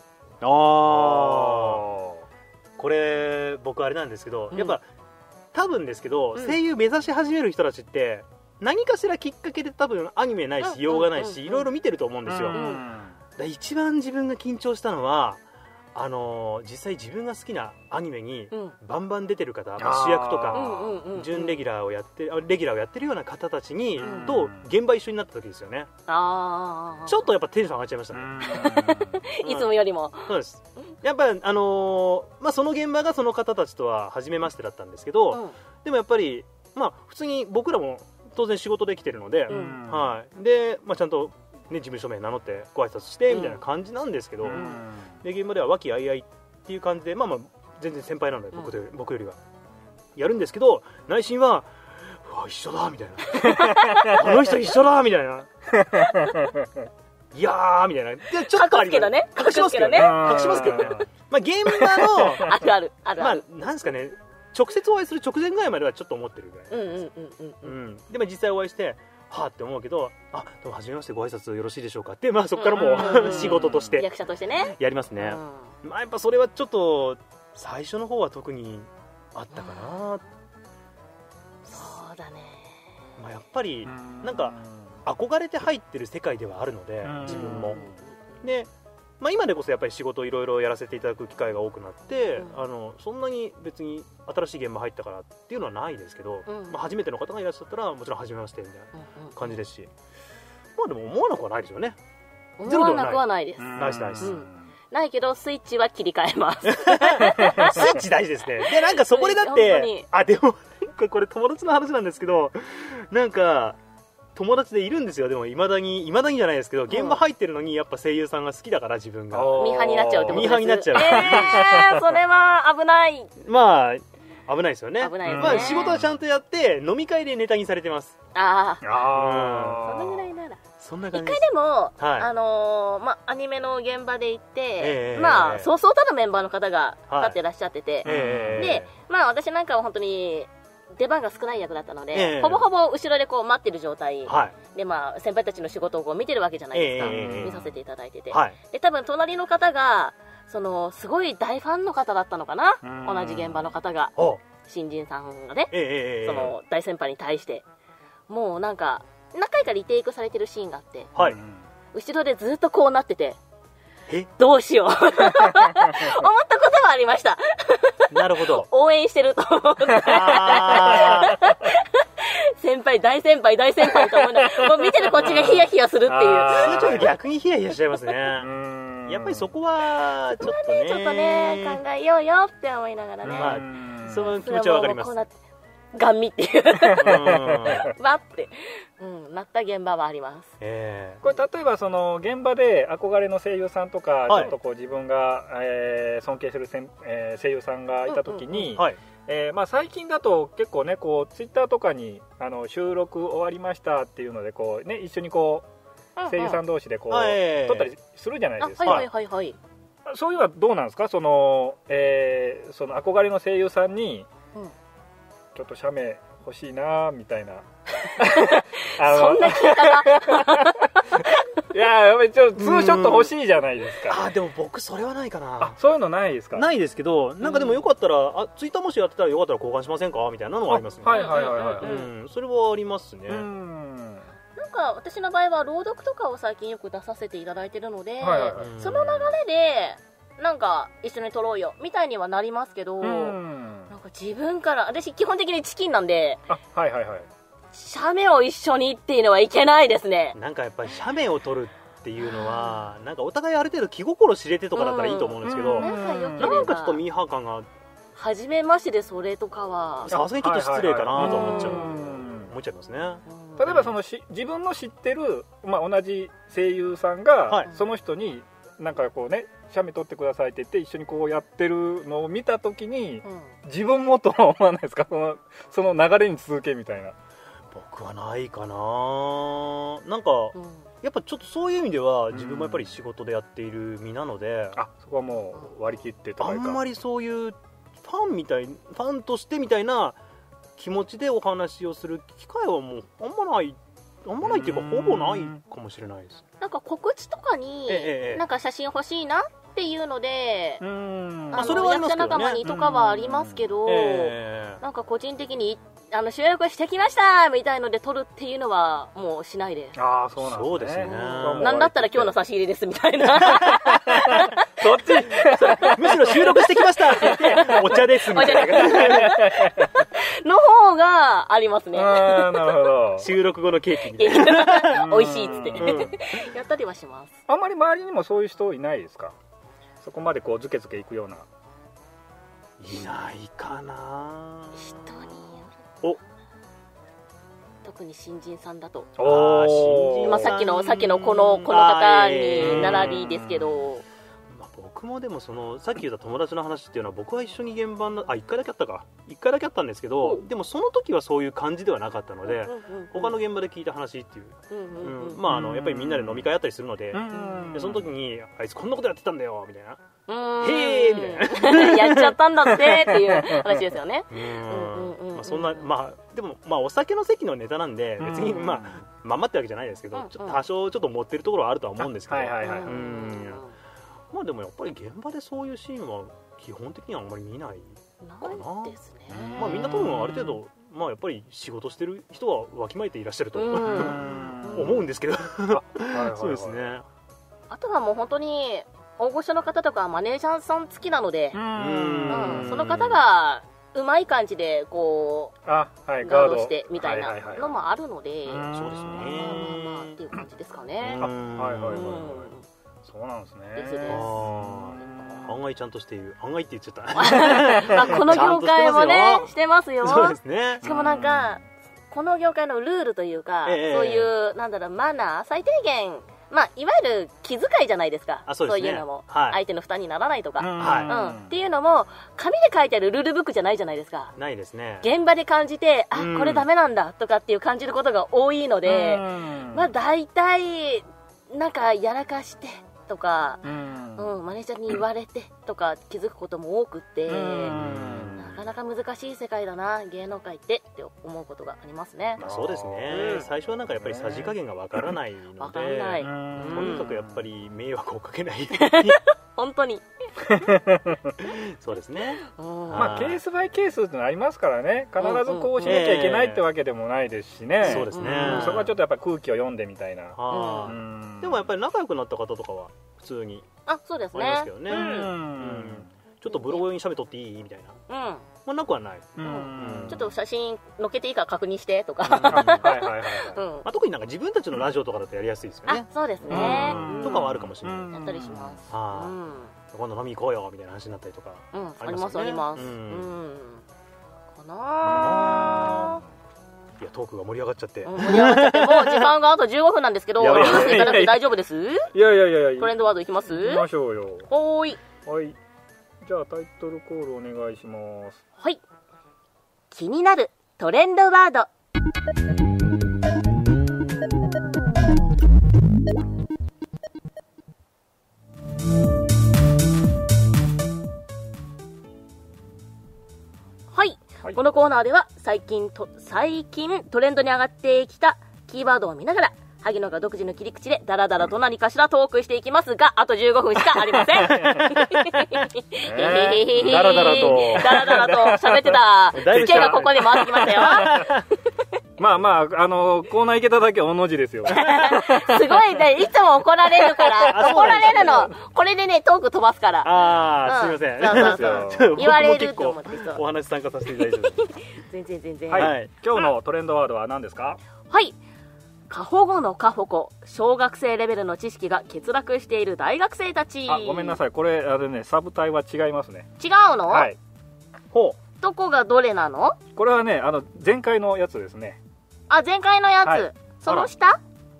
これ僕あれなんですけど、やっぱ多分ですけど、声優目指し始める人たちって何かしらきっかけで多分アニメないし洋画ないしいろいろ見てると思うんですよ。一番自分が緊張したのは実際自分が好きなアニメにバンバン出てる方、主役とか準レギュラーをやってるような方たちにと現場一緒になった時ですよね。ちょっとやっぱテンション上がっちゃいましたね。 いつもよりも。 そうです。やっぱりその現場がその方たちとは初めましてだったんですけど、でもやっぱり普通に僕らも当然仕事で来てるので、でちゃんと事務所名名乗ってご挨拶してみたいな感じなんですけど、で現場では和気あいあいっていう感じで全然先輩なので僕よりはやるんですけど、内心はうわ一緒だみたいなこの人一緒だみたいないやーみたいな、でちょっとあります隠しますけどね現場のあるなんですかね、直接お会いする直前ぐらいまではちょっと思ってるぐらいでも実際お会いしてはぁって思うけど、どうも初めましてご挨拶よろしいでしょうかって、そこからもう仕事として役者としてねやりますね。やっぱそれはちょっと最初の方は特にあったかな。 そうだね。 やっぱりなんか憧れて入ってる世界ではあるので自分もで、今でこそやっぱり仕事いろいろやらせていただく機会が多くなって、そんなに別に新しい現場入ったからっていうのはないですけど、初めての方がいらっしゃったらもちろん初めましてみたいな感じですし、でも思わなくはないですよね。 思わなくはないです。 ナイスナイス。 ないけどスイッチは切り替えます。スイッチ大事ですね。でなんかそこでだってでもこれ友達の話なんですけど、なんか友達でいるんですよ。でもいまだにじゃないですけど、現場入ってるのにやっぱ声優さんが好きだから自分がミーハーになっちゃうってことです。 ミーハーになっちゃう。 それは危ない。 危ないですよね。 危ないですね。 仕事はちゃんとやって飲み会でネタにされてます。 そのぐらいなら。 そんな感じ一回でもアニメの現場で行ってそうそうたるメンバーの方が立ってらっしゃってて、で私なんかは本当に出番が少ない役だったので、ほぼほぼ後ろでこう待ってる状態で、先輩たちの仕事をこう見てるわけじゃないですか。見させていただいてて、で多分隣の方がすごい大ファンの方だったのかな、同じ現場の方が、新人さんがね、その大先輩に対してもうなんか何回かリテイクされてるシーンがあって、後ろでずっとこうなってて、どうしよう思ったことはありました。 なるほど。 応援してると思って大先輩と思うのもう見てるこっちがヒヤヒヤするっていう。 ちょっと逆にヒヤヒヤしちゃいますね。やっぱりそこはちょっとね考えようよって思いながらね、 その気持ちはわかります。 ガン見っていうわってなった現場はあります。 これ例えばその現場で憧れの声優さんとか、ちょっとこう自分が尊敬する声優さんがいた時に、最近だと結構ねこうツイッターとかに収録終わりましたっていうのでこうね一緒にこう声優さん同士でこう撮ったりするじゃないですか。そういうのはどうなんですか？その憧れの声優さんにちょっと写メ欲しいなみたいなそんな聞き方いややっぱりちょっとツーショット欲しいじゃないですか。 でも僕それはないかな。 そういうのないですか？ ないですけど、なんかでもよかったらツイッターもしやってたらよかったら交換しませんかみたいなのはありますね。 はいはいはいはい。 それはありますね。 なんか私の場合は朗読とかを最近よく出させていただいてるので、その流れでなんか一緒に撮ろうよみたいにはなりますけど、なんか自分から私基本的にチキンなんで、写メを一緒にっていうのはいけないですね。 なんかやっぱり写メを撮るっていうのはなんかお互いある程度気心知れてとかだったらいいと思うんですけど、なんかちょっとミーハー感が、 初めましてでそれとかはさすがにちょっと失礼かなと思っちゃいますね。 例えばその自分の知ってる、同じ声優さんが、その人になんかこうね写メ撮ってくださいって言って一緒にこうやってるのを見たときに、自分もとは思わないですか？その流れに続けみたいな。 僕はないかな。なんか、やっぱちょっとそういう意味では自分もやっぱり仕事でやっている身なので、 そこはもう割り切ってとか、 あんまりそういうファンとしてみたいな気持ちでお話をする機会はもうあんまないっていうかほぼないかもしれないです。 なんか告知とかに、なんか写真欲しいなっていうので、それは役者仲間にとかはありますけど、なんか個人的に収録してきましたみたいので撮るっていうのはもうしないです。 そうですね。 なんだったら今日の差し入れですみたいな。 そっちむしろ収録してきましたって言ってお茶ですみたいなの方がありますね。 なるほど。 収録後のケーキみたいな美味しいっつってやったりはします。 あんまり周りにもそういう人いないですか？そこまでこうズケズケいくような。 いないかな。 人による。 特に新人さんだと、さっきのこの方に並びですけど、 僕もでもさっき言った友達の話っていうのは僕は一緒に現場の1回だけあったんですけど、でもその時はそういう感じではなかったので、他の現場で聞いた話っていう、やっぱりみんなで飲み会あったりするので、その時にあいつこんなことやってたんだよみたいな、へーみたいなやっちゃったんだってっていう話ですよね。 そんなでもお酒の席のネタなんで別にまんまってわけじゃないですけど、多少ちょっと持ってるところはあるとは思うんですけど、でもやっぱり現場でそういうシーンは基本的にはあんまり見ないかな。ですね。みんな多分ある程度やっぱり仕事してる人はわきまえていらっしゃると思うんですけど、そうですね。 あとはもう本当に大御所の方とかマネージャーさん好きなので、その方がうまい感じでこうガードしてみたいなのもあるので、 そうですねっていう感じですかね。 そうなんですね。 案外ちゃんとしている。案外って言っちゃったこの業界もねしてますよ。 そうですね。 しかもなんかこの業界のルールというか、そういうマナー最低限、いわゆる気遣いじゃないですか。そういうのも相手の負担にならないとかっていうのも紙で書いてあるルールブックじゃないじゃないですか。 ないですね。 現場で感じてこれダメなんだとかっていう感じることが多いので、大体なんかやらかしてとか、マネージャーに言われてとか気づくことも多くって、なかなか難しい世界だな芸能界って思うことがありますね。 そうですね。最初はなんかやっぱりさじ加減がわからないので、とにかくやっぱり迷惑をかけない本当にそうですね。 ケースバイケースってのありますからね。必ずこうしなきゃいけないってわけでもないですしね。 そうですね。 そこはちょっとやっぱり空気を読んでみたいな。 でもやっぱり仲良くなった方とかは普通にそうですね。 ありますけどね。ちょっとブログに写メ撮っていいみたいな、なくはない。 ちょっと写真載っけていいか確認してとか、 特になんか自分たちのラジオとかだとやりやすいですよね。 そうですね。 とかはあるかもしれない。 やったりします。 今度飲み行こうよみたいな話になったりとかありますあります。かな。 いやトークが盛り上がっちゃってもう時間があと15分なんですけど、ニュースいかなくて大丈夫です？ いやトレンドワードいきます？ 行きましょうよ。 はい。 じゃあタイトルコールお願いします。 はい。気になるトレンドワード。このコーナーでは最近トレンドに上がってきたキーワードを見ながら萩野が独自の切り口でダラダラと何かしらトークしていきますが、あと15分しかありません。 ダラダラと喋ってたツケがここに回ってきましたよ。 まあまあ、コーナー行けただけ同じですよ。 すごいね、いつも怒られるから、怒られるの。これでね、トーク飛ばすから。 すいません。 そう言われると思ってそう。 お話参加させていただいて。 全然。 はい。今日のトレンドワードは何ですか？ はい。過保護の過保護、小学生レベルの知識が欠落している大学生たち。 ごめんなさい、これね、サブタイは違いますね。 違うの？ はい。 ほう。どこがどれなの？ これはね、前回のやつですね。 前回のやつ。はい、その下？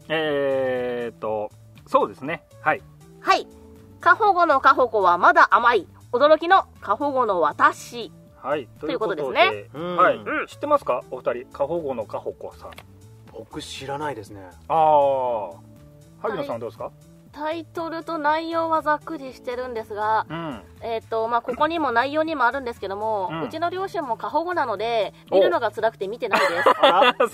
そうですね。はい。 はい。過保護の過保護はまだ甘い。驚きの過保護の私。 はい。 ということですね。 はい。知ってますか？お二人。過保護の過保護さん。 僕知らないですね。 萩野さんどうですか？ タイトルと内容はざっくりしてるんですが、ここにも内容にもあるんですけども、うちの両親も過保護なので見るのが辛くて見てないです。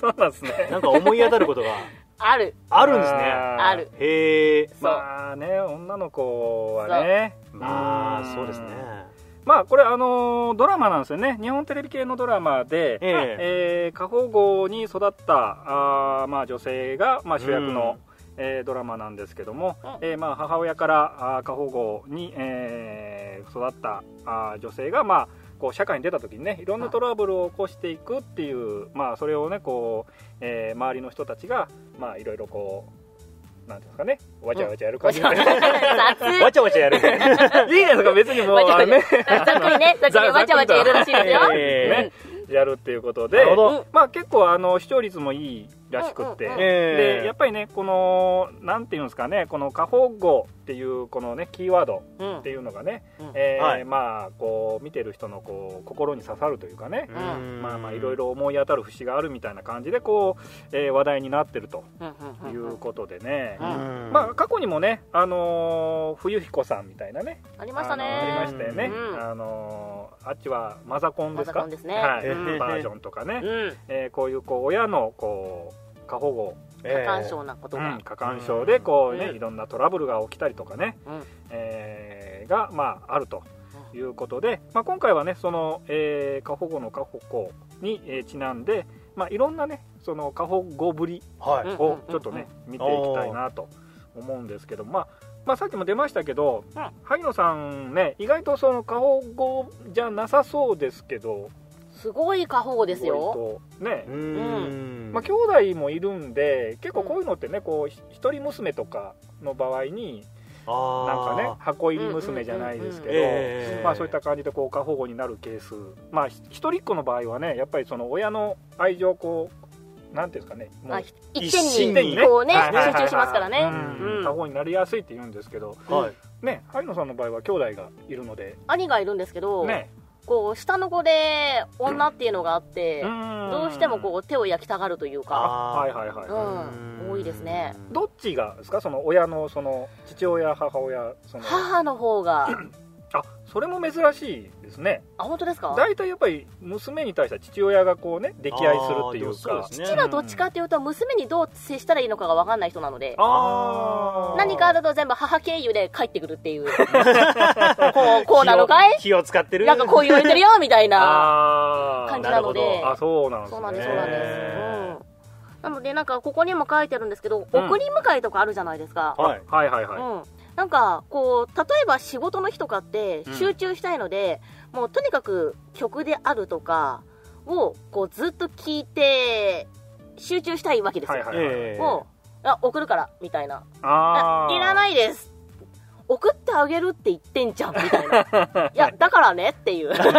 そうなんですね。 なんか思い当たることがあるんですね。 ある。 へえ。 まあね、女の子はね、 まあそうですね。 まあこれドラマなんですよね。日本テレビ系のドラマで、過保護に育った女性が主役のドラマなんですけども、母親から過保護に育った女性がこう社会に出た時にね、いろんなトラブルを起こしていくっていう、それをねこう、周りの人たちがいろいろこうなんですかね、わちゃわちゃやる感じで、わちゃわちゃやる。 いいじゃないですか、別にもうね、 ざっくりね、わちゃわちゃやるらしいですよ。 ね、やるっていうことで、結構視聴率もいいらしくって、でやっぱりね、このなんていうんですかね、この過保護っていうこのねキーワードっていうのがね、こう見てる人のこう心に刺さるというかね、いろいろ思い当たる節があるみたいな感じでこう、話題になってるということでね、過去にもね、冬彦さんみたいなねありましたね、 ありましたよね。あっちはマザコンですか、バージョンとかね、こういう親のこう過保護、 過干渉なことが、 過干渉でこうね、いろんなトラブルが起きたりとかね、があるということで、今回はねその、過保護の過保護に、ちなんで、いろんなねその過保護ぶりをちょっとね見ていきたいなと思うんですけど、さっきも出ましたけど、萩野さんね、意外とその過保護じゃなさそうですけど、 すごい過保護ですよね。兄弟もいるんで、結構こういうのってね、こう一人娘とかの場合になんかね、箱入り娘じゃないですけど、そういった感じでこう過保護になるケース、一人っ子の場合はね、やっぱりその親の愛情をこうなんていうんですかね、もう一点にこうね集中しますからね、 過保護になりやすいって言うんですけど、ね、萩野さんの場合は兄弟がいるので、 兄がいるんですけど、こう下の子で女っていうのがあって、どうしてもこう手を焼きたがるというか、多いですね。 どっちがですか、その親のその父親母親、その母の方がそれも珍しいですね。 本当ですか？ 大体やっぱり娘に対しては父親がこうね溺愛するっていうか、 父はどっちかっていうと娘にどう接したらいいのかが分かんない人なので、何かあると全部母経由で帰ってくるっていうこうなのかい、 気を使ってる、 なんかこう言われてるよみたいな感じなので、 そうなんですね。 そうなんです、そうなんです。なのでなんかここにも書いてあるんですけど、送り迎えとかあるじゃないですか。なんかこう例えば仕事の日とかって集中したいので、もうとにかく曲であるとかをこうずっと聴いて集中したいわけですよ。もう送るからみたいな、いらないです、送ってあげるって言ってんじゃんみたいな、いやだからねっていうその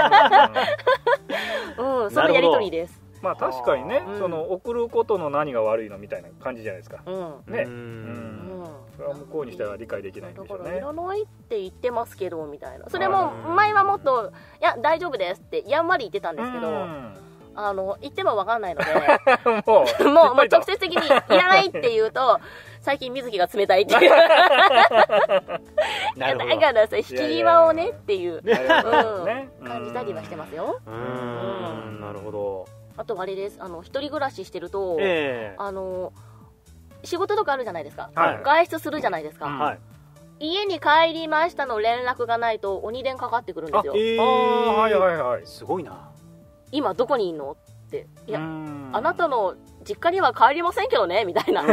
やり取りです。 確かにね、その送ることの何が悪いのみたいな感じじゃないですか。ね。それは向こうにしては理解できないんでしょうね。 だからいらないって言ってますけどみたいな。それも前はもっといや大丈夫ですってやんわり言ってたんですけど、言っても分かんないのでもう直接的にいらないって言うと最近水木が冷たいっていうだからさ引き際をねっていう感じたりはしてますよ。 なるほど。 あとあれです、一人暮らししてると、 仕事とかあるじゃないですか、 はい、 外出するじゃないですか、 はい、 家に帰りましたの連絡がないと鬼電かかってくるんですよ。 はいはいはい、 すごいな。 今どこにいんのって、いやあなたの実家には帰りませんけどねみたいな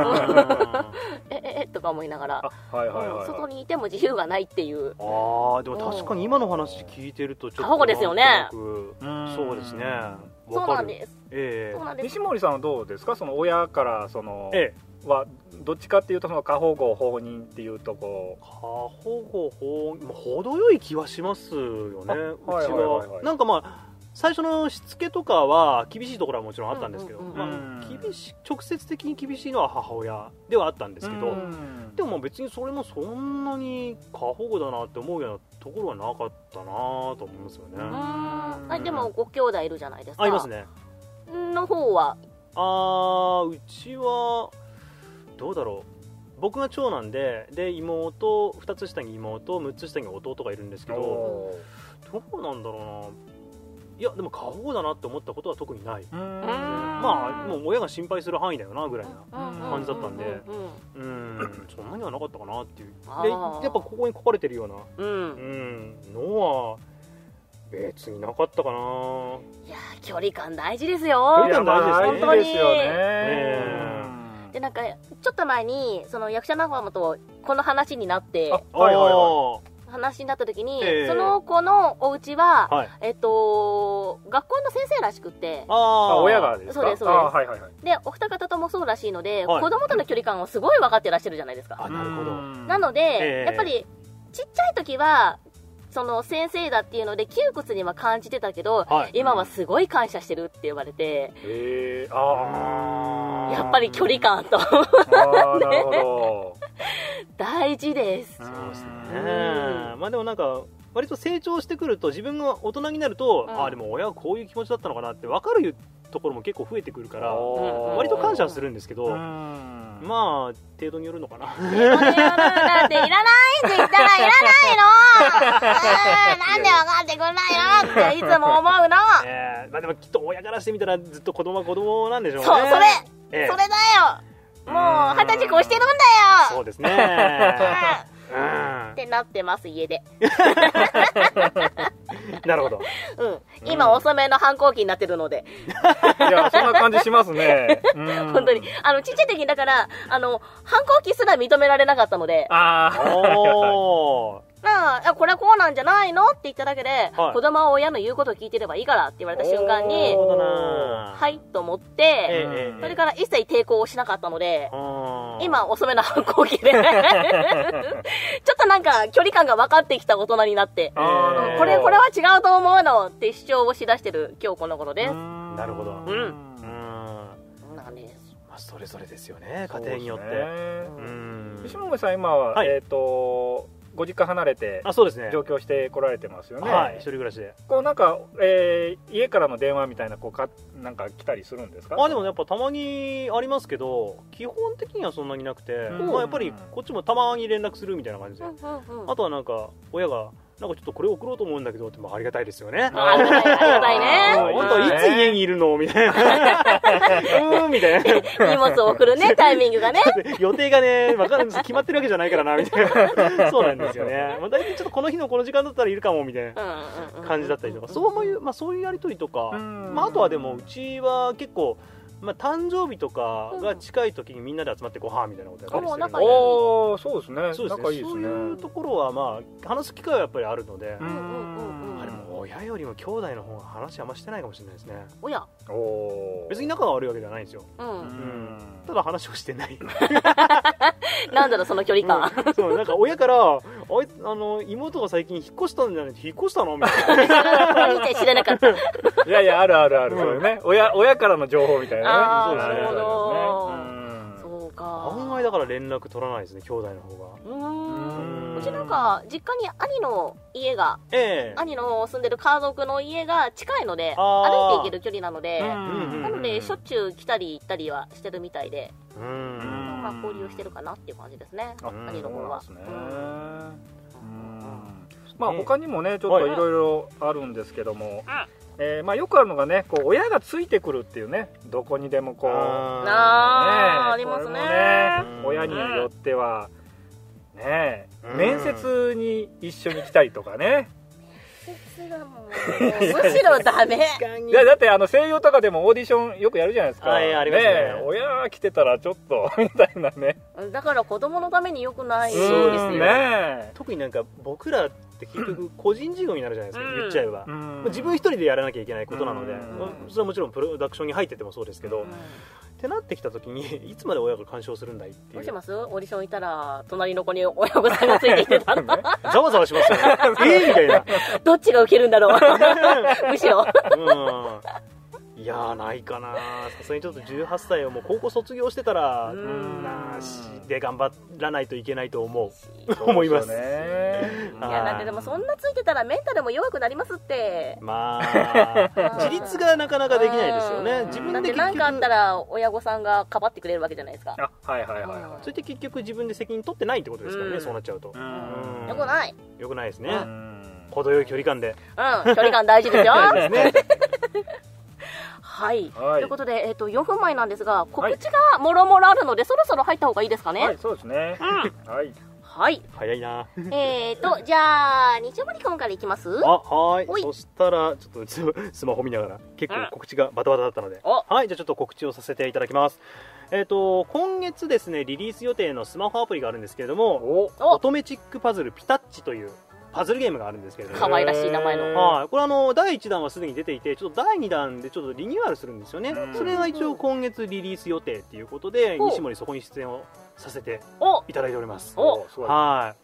とか思いながら、外にいても自由がないっていう。 ああ、でも確かに今の話聞いてるとちょっと過保護ですよね。 そうですね。 そうなんです。 西森さんはどうですか、その親からその、はどっちかっていうとその過保護放任っていうとこう、過保護放任、程よい気はしますよね。うちはなんかまあ最初のしつけとかは厳しいところはもちろんあったんですけど、直接的に厳しいのは母親ではあったんですけど、でも別にそれもそんなに過保護だなって思うようなところはなかったなと思いますよね。 でもご兄弟いるじゃないですか。 いますね。 の方はうちはどうだろう、僕が長男で妹、2つ下に妹、6つ下に弟がいるんですけど、どうなんだろうな、いやでも過保護だなって思ったことは特にない。まあもう親が心配する範囲だよなぐらいな感じだったんで、そんなにはなかったかなっていう。でやっぱここに書かれてるようなのは別になかったかな。 いや距離感大事ですよ。 距離感大事ですね。 本当にですよね。 でなんかちょっと前にその役者仲間とこの話になって、話になった時に、その子のお家は、学校の先生らしくって、 親がですか。 そうですそうです。でお二方ともそうらしいので、子供との距離感をすごい分かってらっしゃるじゃないですか。 なるほど。 なので、やっぱりちっちゃい時はその先生だっていうので窮屈には感じてたけど、今はすごい感謝してるって言われて、やっぱり距離感となるほど大事です。 そうですね。まあでもなんか割と成長してくると、自分が大人になると、でも親はこういう気持ちだったのかなって分かるところも結構増えてくるから、割と感謝はするんですけど、まあ程度によるのかな。 程度によるなんていらないって言ったらいらないのなんで分かってくんないのっていつも思うの。まあでもきっと親からしてみたらずっと子供は子供なんでしょうね。 そう、それだよ。もう20歳越してるんだよ。 そうですね。 ってなってます家で。 なるほど。 今遅めの反抗期になってるので。 いやそんな感じしますね。 本当にちっちゃい時にだから反抗期すら認められなかったので。これはこうなんじゃないのって言っただけで、子供は親の言うことを聞いてればいいからって言われた瞬間に、はいと思って、それから一切抵抗をしなかったので、今遅めの反抗期でちょっとなんか距離感が分かってきた大人になって、これは違うと思うのって主張をしだしてる今日この頃です。 なるほど。 なんです。 それぞれですよね、家庭によって。 西森さん今はご実家離れて上京してこられてますよね。 一人暮らしで。 こうなんか家からの電話みたいななんか来たりするんですか？ でもやっぱたまにありますけど、基本的にはそんなになくて、やっぱりこっちもたまに連絡するみたいな感じで、あとはなんか親がなんかちょっとこれ送ろうと思うんだけどってありがたいですよね。 ありがたいね。 本当いつ家にいるのみたいな。みたいな。 荷物を送るねタイミングがね。 予定がね決まってるわけじゃないからなみたいな。そうなんですよね。大体ちょっとこの日のこの時間だったらいるかもみたいな感じだったりとか、そういうやりとりとか、あとはでもうちは結構。誕生日とかが近い時にみんなで集まってご飯みたいなことやったりしてるので、 そうですね。仲いいですね。 そういうところは話す機会はやっぱりあるので、でも親よりも兄弟の方が話あんましてないかもしれないですね。別に仲が悪いわけではないんですよ。ただ話をしてない。 なんだろうその距離感。 そうなんか親から妹が最近引っ越したんじゃない？引っ越したのみたいな。 お兄ちゃん知らなかった。 いやあるそうね。親からの情報みたいなね。 なるほど。そうか。 案外だから連絡取らないですね、兄弟の方が。 うちなんか実家に兄の家が、兄の住んでる家族の家が近いので、歩いて行ける距離なので、なのでしょっちゅう来たり行ったりはしてるみたいで、交流してるかなっていう感じですね。兄の方は。 他にもねちょっといろいろあるんですけども、 まあよくあるのがね、こう親がついてくるっていうね、どこにでもこうありますね。 親によってはね、面接に一緒に来たりとかね。 むしろダメ。 いやだって声優とかでもオーディションよくやるじゃないですか。 ありますね。 親来てたらちょっとみたいなね。 だから子供のために良くないですよね。 特になんか僕らって結局個人事業になるじゃないですか、言っちゃえば。自分一人でやらなきゃいけないことなので、それはもちろんプロダクションに入っててもそうですけど、ってなってきた時にいつまで親が干渉するんだいっていう。 どうします？オーディションいたら隣の子に親御さんがついてきてたらざわざわしますよね。みたいな。 どっちが受けるんだろう。むしろ。 いやーないかな。さすがにちょっと18歳をもう高校卒業してたらで頑張らないといけないと思いますね。 いやだってでもそんなついてたらメンタルも弱くなりますって。 まあ自立がなかなかできないですよね。自分でだって何かあったら親御さんがかばってくれるわけじゃないですか。 それって結局自分で責任取ってないってことですからね。そうなっちゃうとよくない。 よくないですね。程よい距離感で。 距離感大事ですよ。はい、 ということで、4分前なんですが告知がもろもろあるので、そろそろ入った方がいいですかね。 はい、そうですね。 はい、 早いな。 じゃあ西森君からいきます。 はい。そしたらちょっとスマホ見ながら結構告知がバタバタだったので、はい、じゃあちょっと告知をさせていただきます。今月ですねリリース予定のスマホアプリがあるんですけれども、オトメチックパズルピタッチというパズルゲームがあるんですけれども、 可愛らしい名前の。 これ第1弾はすでに出ていて、ちょっと第2弾でちょっとリニューアルするんですよね。それが一応今月リリース予定っていうことで、西森そこに出演をさせていただいております。はい。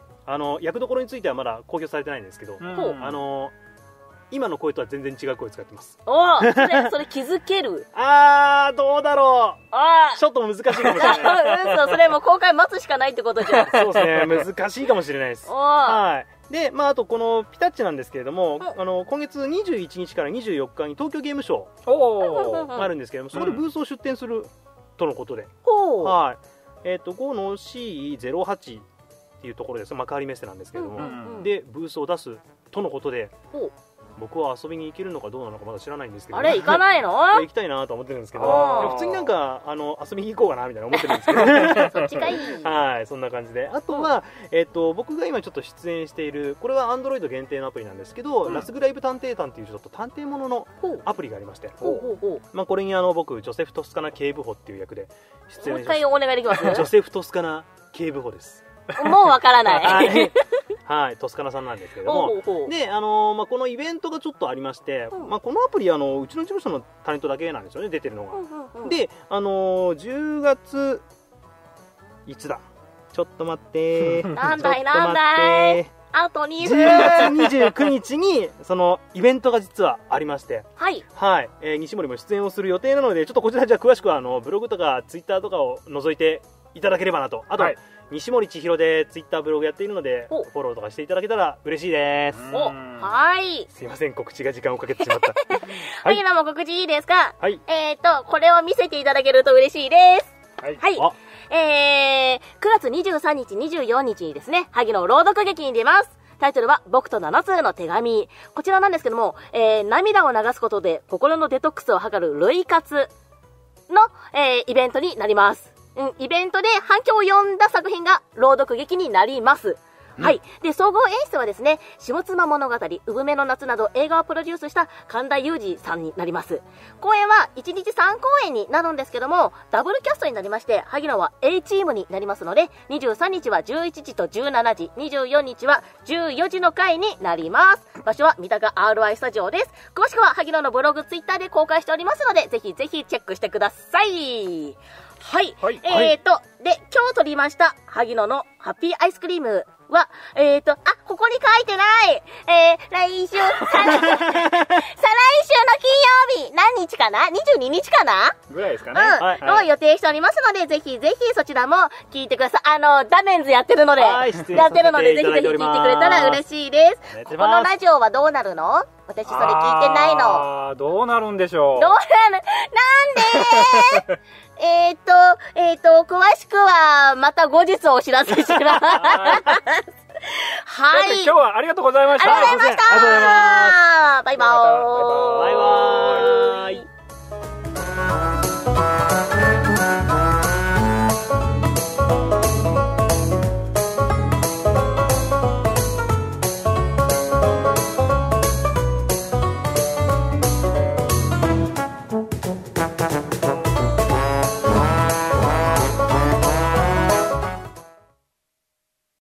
役どころについてはまだ公表されてないんですけど、今の声とは全然違う声使ってます。 それ気づける？ どうだろう。ちょっと難しいかもしれない。 それも公開待つしかないってことじゃん。 そうですね、難しいかもしれないです。はい。で、あとこのピタッチなんですけれども、今月21日から24日に東京ゲームショウがあるんですけれども、そこでブースを出展するとのことで、はい。5の C08 っていうところです。幕張メッセなんですけれども、で、ブースを出すとのことで、僕は遊びに行けるのかどうなのかまだ知らないんですけど、 あれ行かないの？ 行きたいなと思ってるんですけど、普通になんか遊びに行こうかなみたいな思ってるんですけどそっちかい。 はい、そんな感じで、あとは僕が今ちょっと出演している、これは Android 限定のアプリなんですけど、ラスグライブ探偵団っていうちょっと探偵もののアプリがありまして、これに僕ジョセフ・トスカナ警部補っていう役で出演します。 もう一回お願いできます？ ジョセフ・トスカナ警部補です。 もうわからない。 はい、トスカナさんなんですけれども、で、このイベントがちょっとありまして、このアプリうちの事務所のタレントだけなんですよね、出てるのが。で、10月いつだ、ちょっと待ってなんだいあと2分。 10月29日にそのイベントが実はありまして、はい、西森も出演をする予定なので、ちょっとこちらじゃあ詳しくはブログとかツイッターとかを覗いていただければなと。あと、西森千尋でツイッターブログやっているのでフォローとかしていただけたら嬉しいです。 はい、 すいません、告知が時間をかけてしまった。 はい、も告知いいですか？はい。これを見せていただけると嬉しいです。はい。9月23日24日にですね、萩の朗読劇に出ます。タイトルは僕と7通の手紙。こちらなんですけども、涙を流すことで心のデトックスを図る類活の、イベントになります。イベントで反響を呼んだ作品が朗読劇になります。はい。で、総合演出はですね、下妻物語、産めの夏など映画をプロデュースした神田裕二さんになります。公演は1日3公演になるんですけども、ダブルキャストになりまして、萩野は A チームになりますので、23日は11時と17時、24日は14時の回になります。場所は三鷹 RI スタジオです。詳しくは萩野のブログ、ツイッターで公開しておりますので、ぜひぜひチェックしてください。はい。で、今日撮りました萩野のハッピーアイスクリームは、ここに書いてない。来週、再来週の金曜日、何日かな ?22 日かなぐらいですかね。 を予定しておりますので、ぜひぜひそちらも聞いてください。ダメンズやってるので、ぜひぜひ聞いてくれたら嬉しいです。このラジオはどうなるの？私それ聞いてないの。 どうなるんでしょう。 どうなる？なんで詳しくはまた後日お知らせします。 はい。 今日はありがとうございました。 ありがとうございました。バイバーイ。 バイバーイ。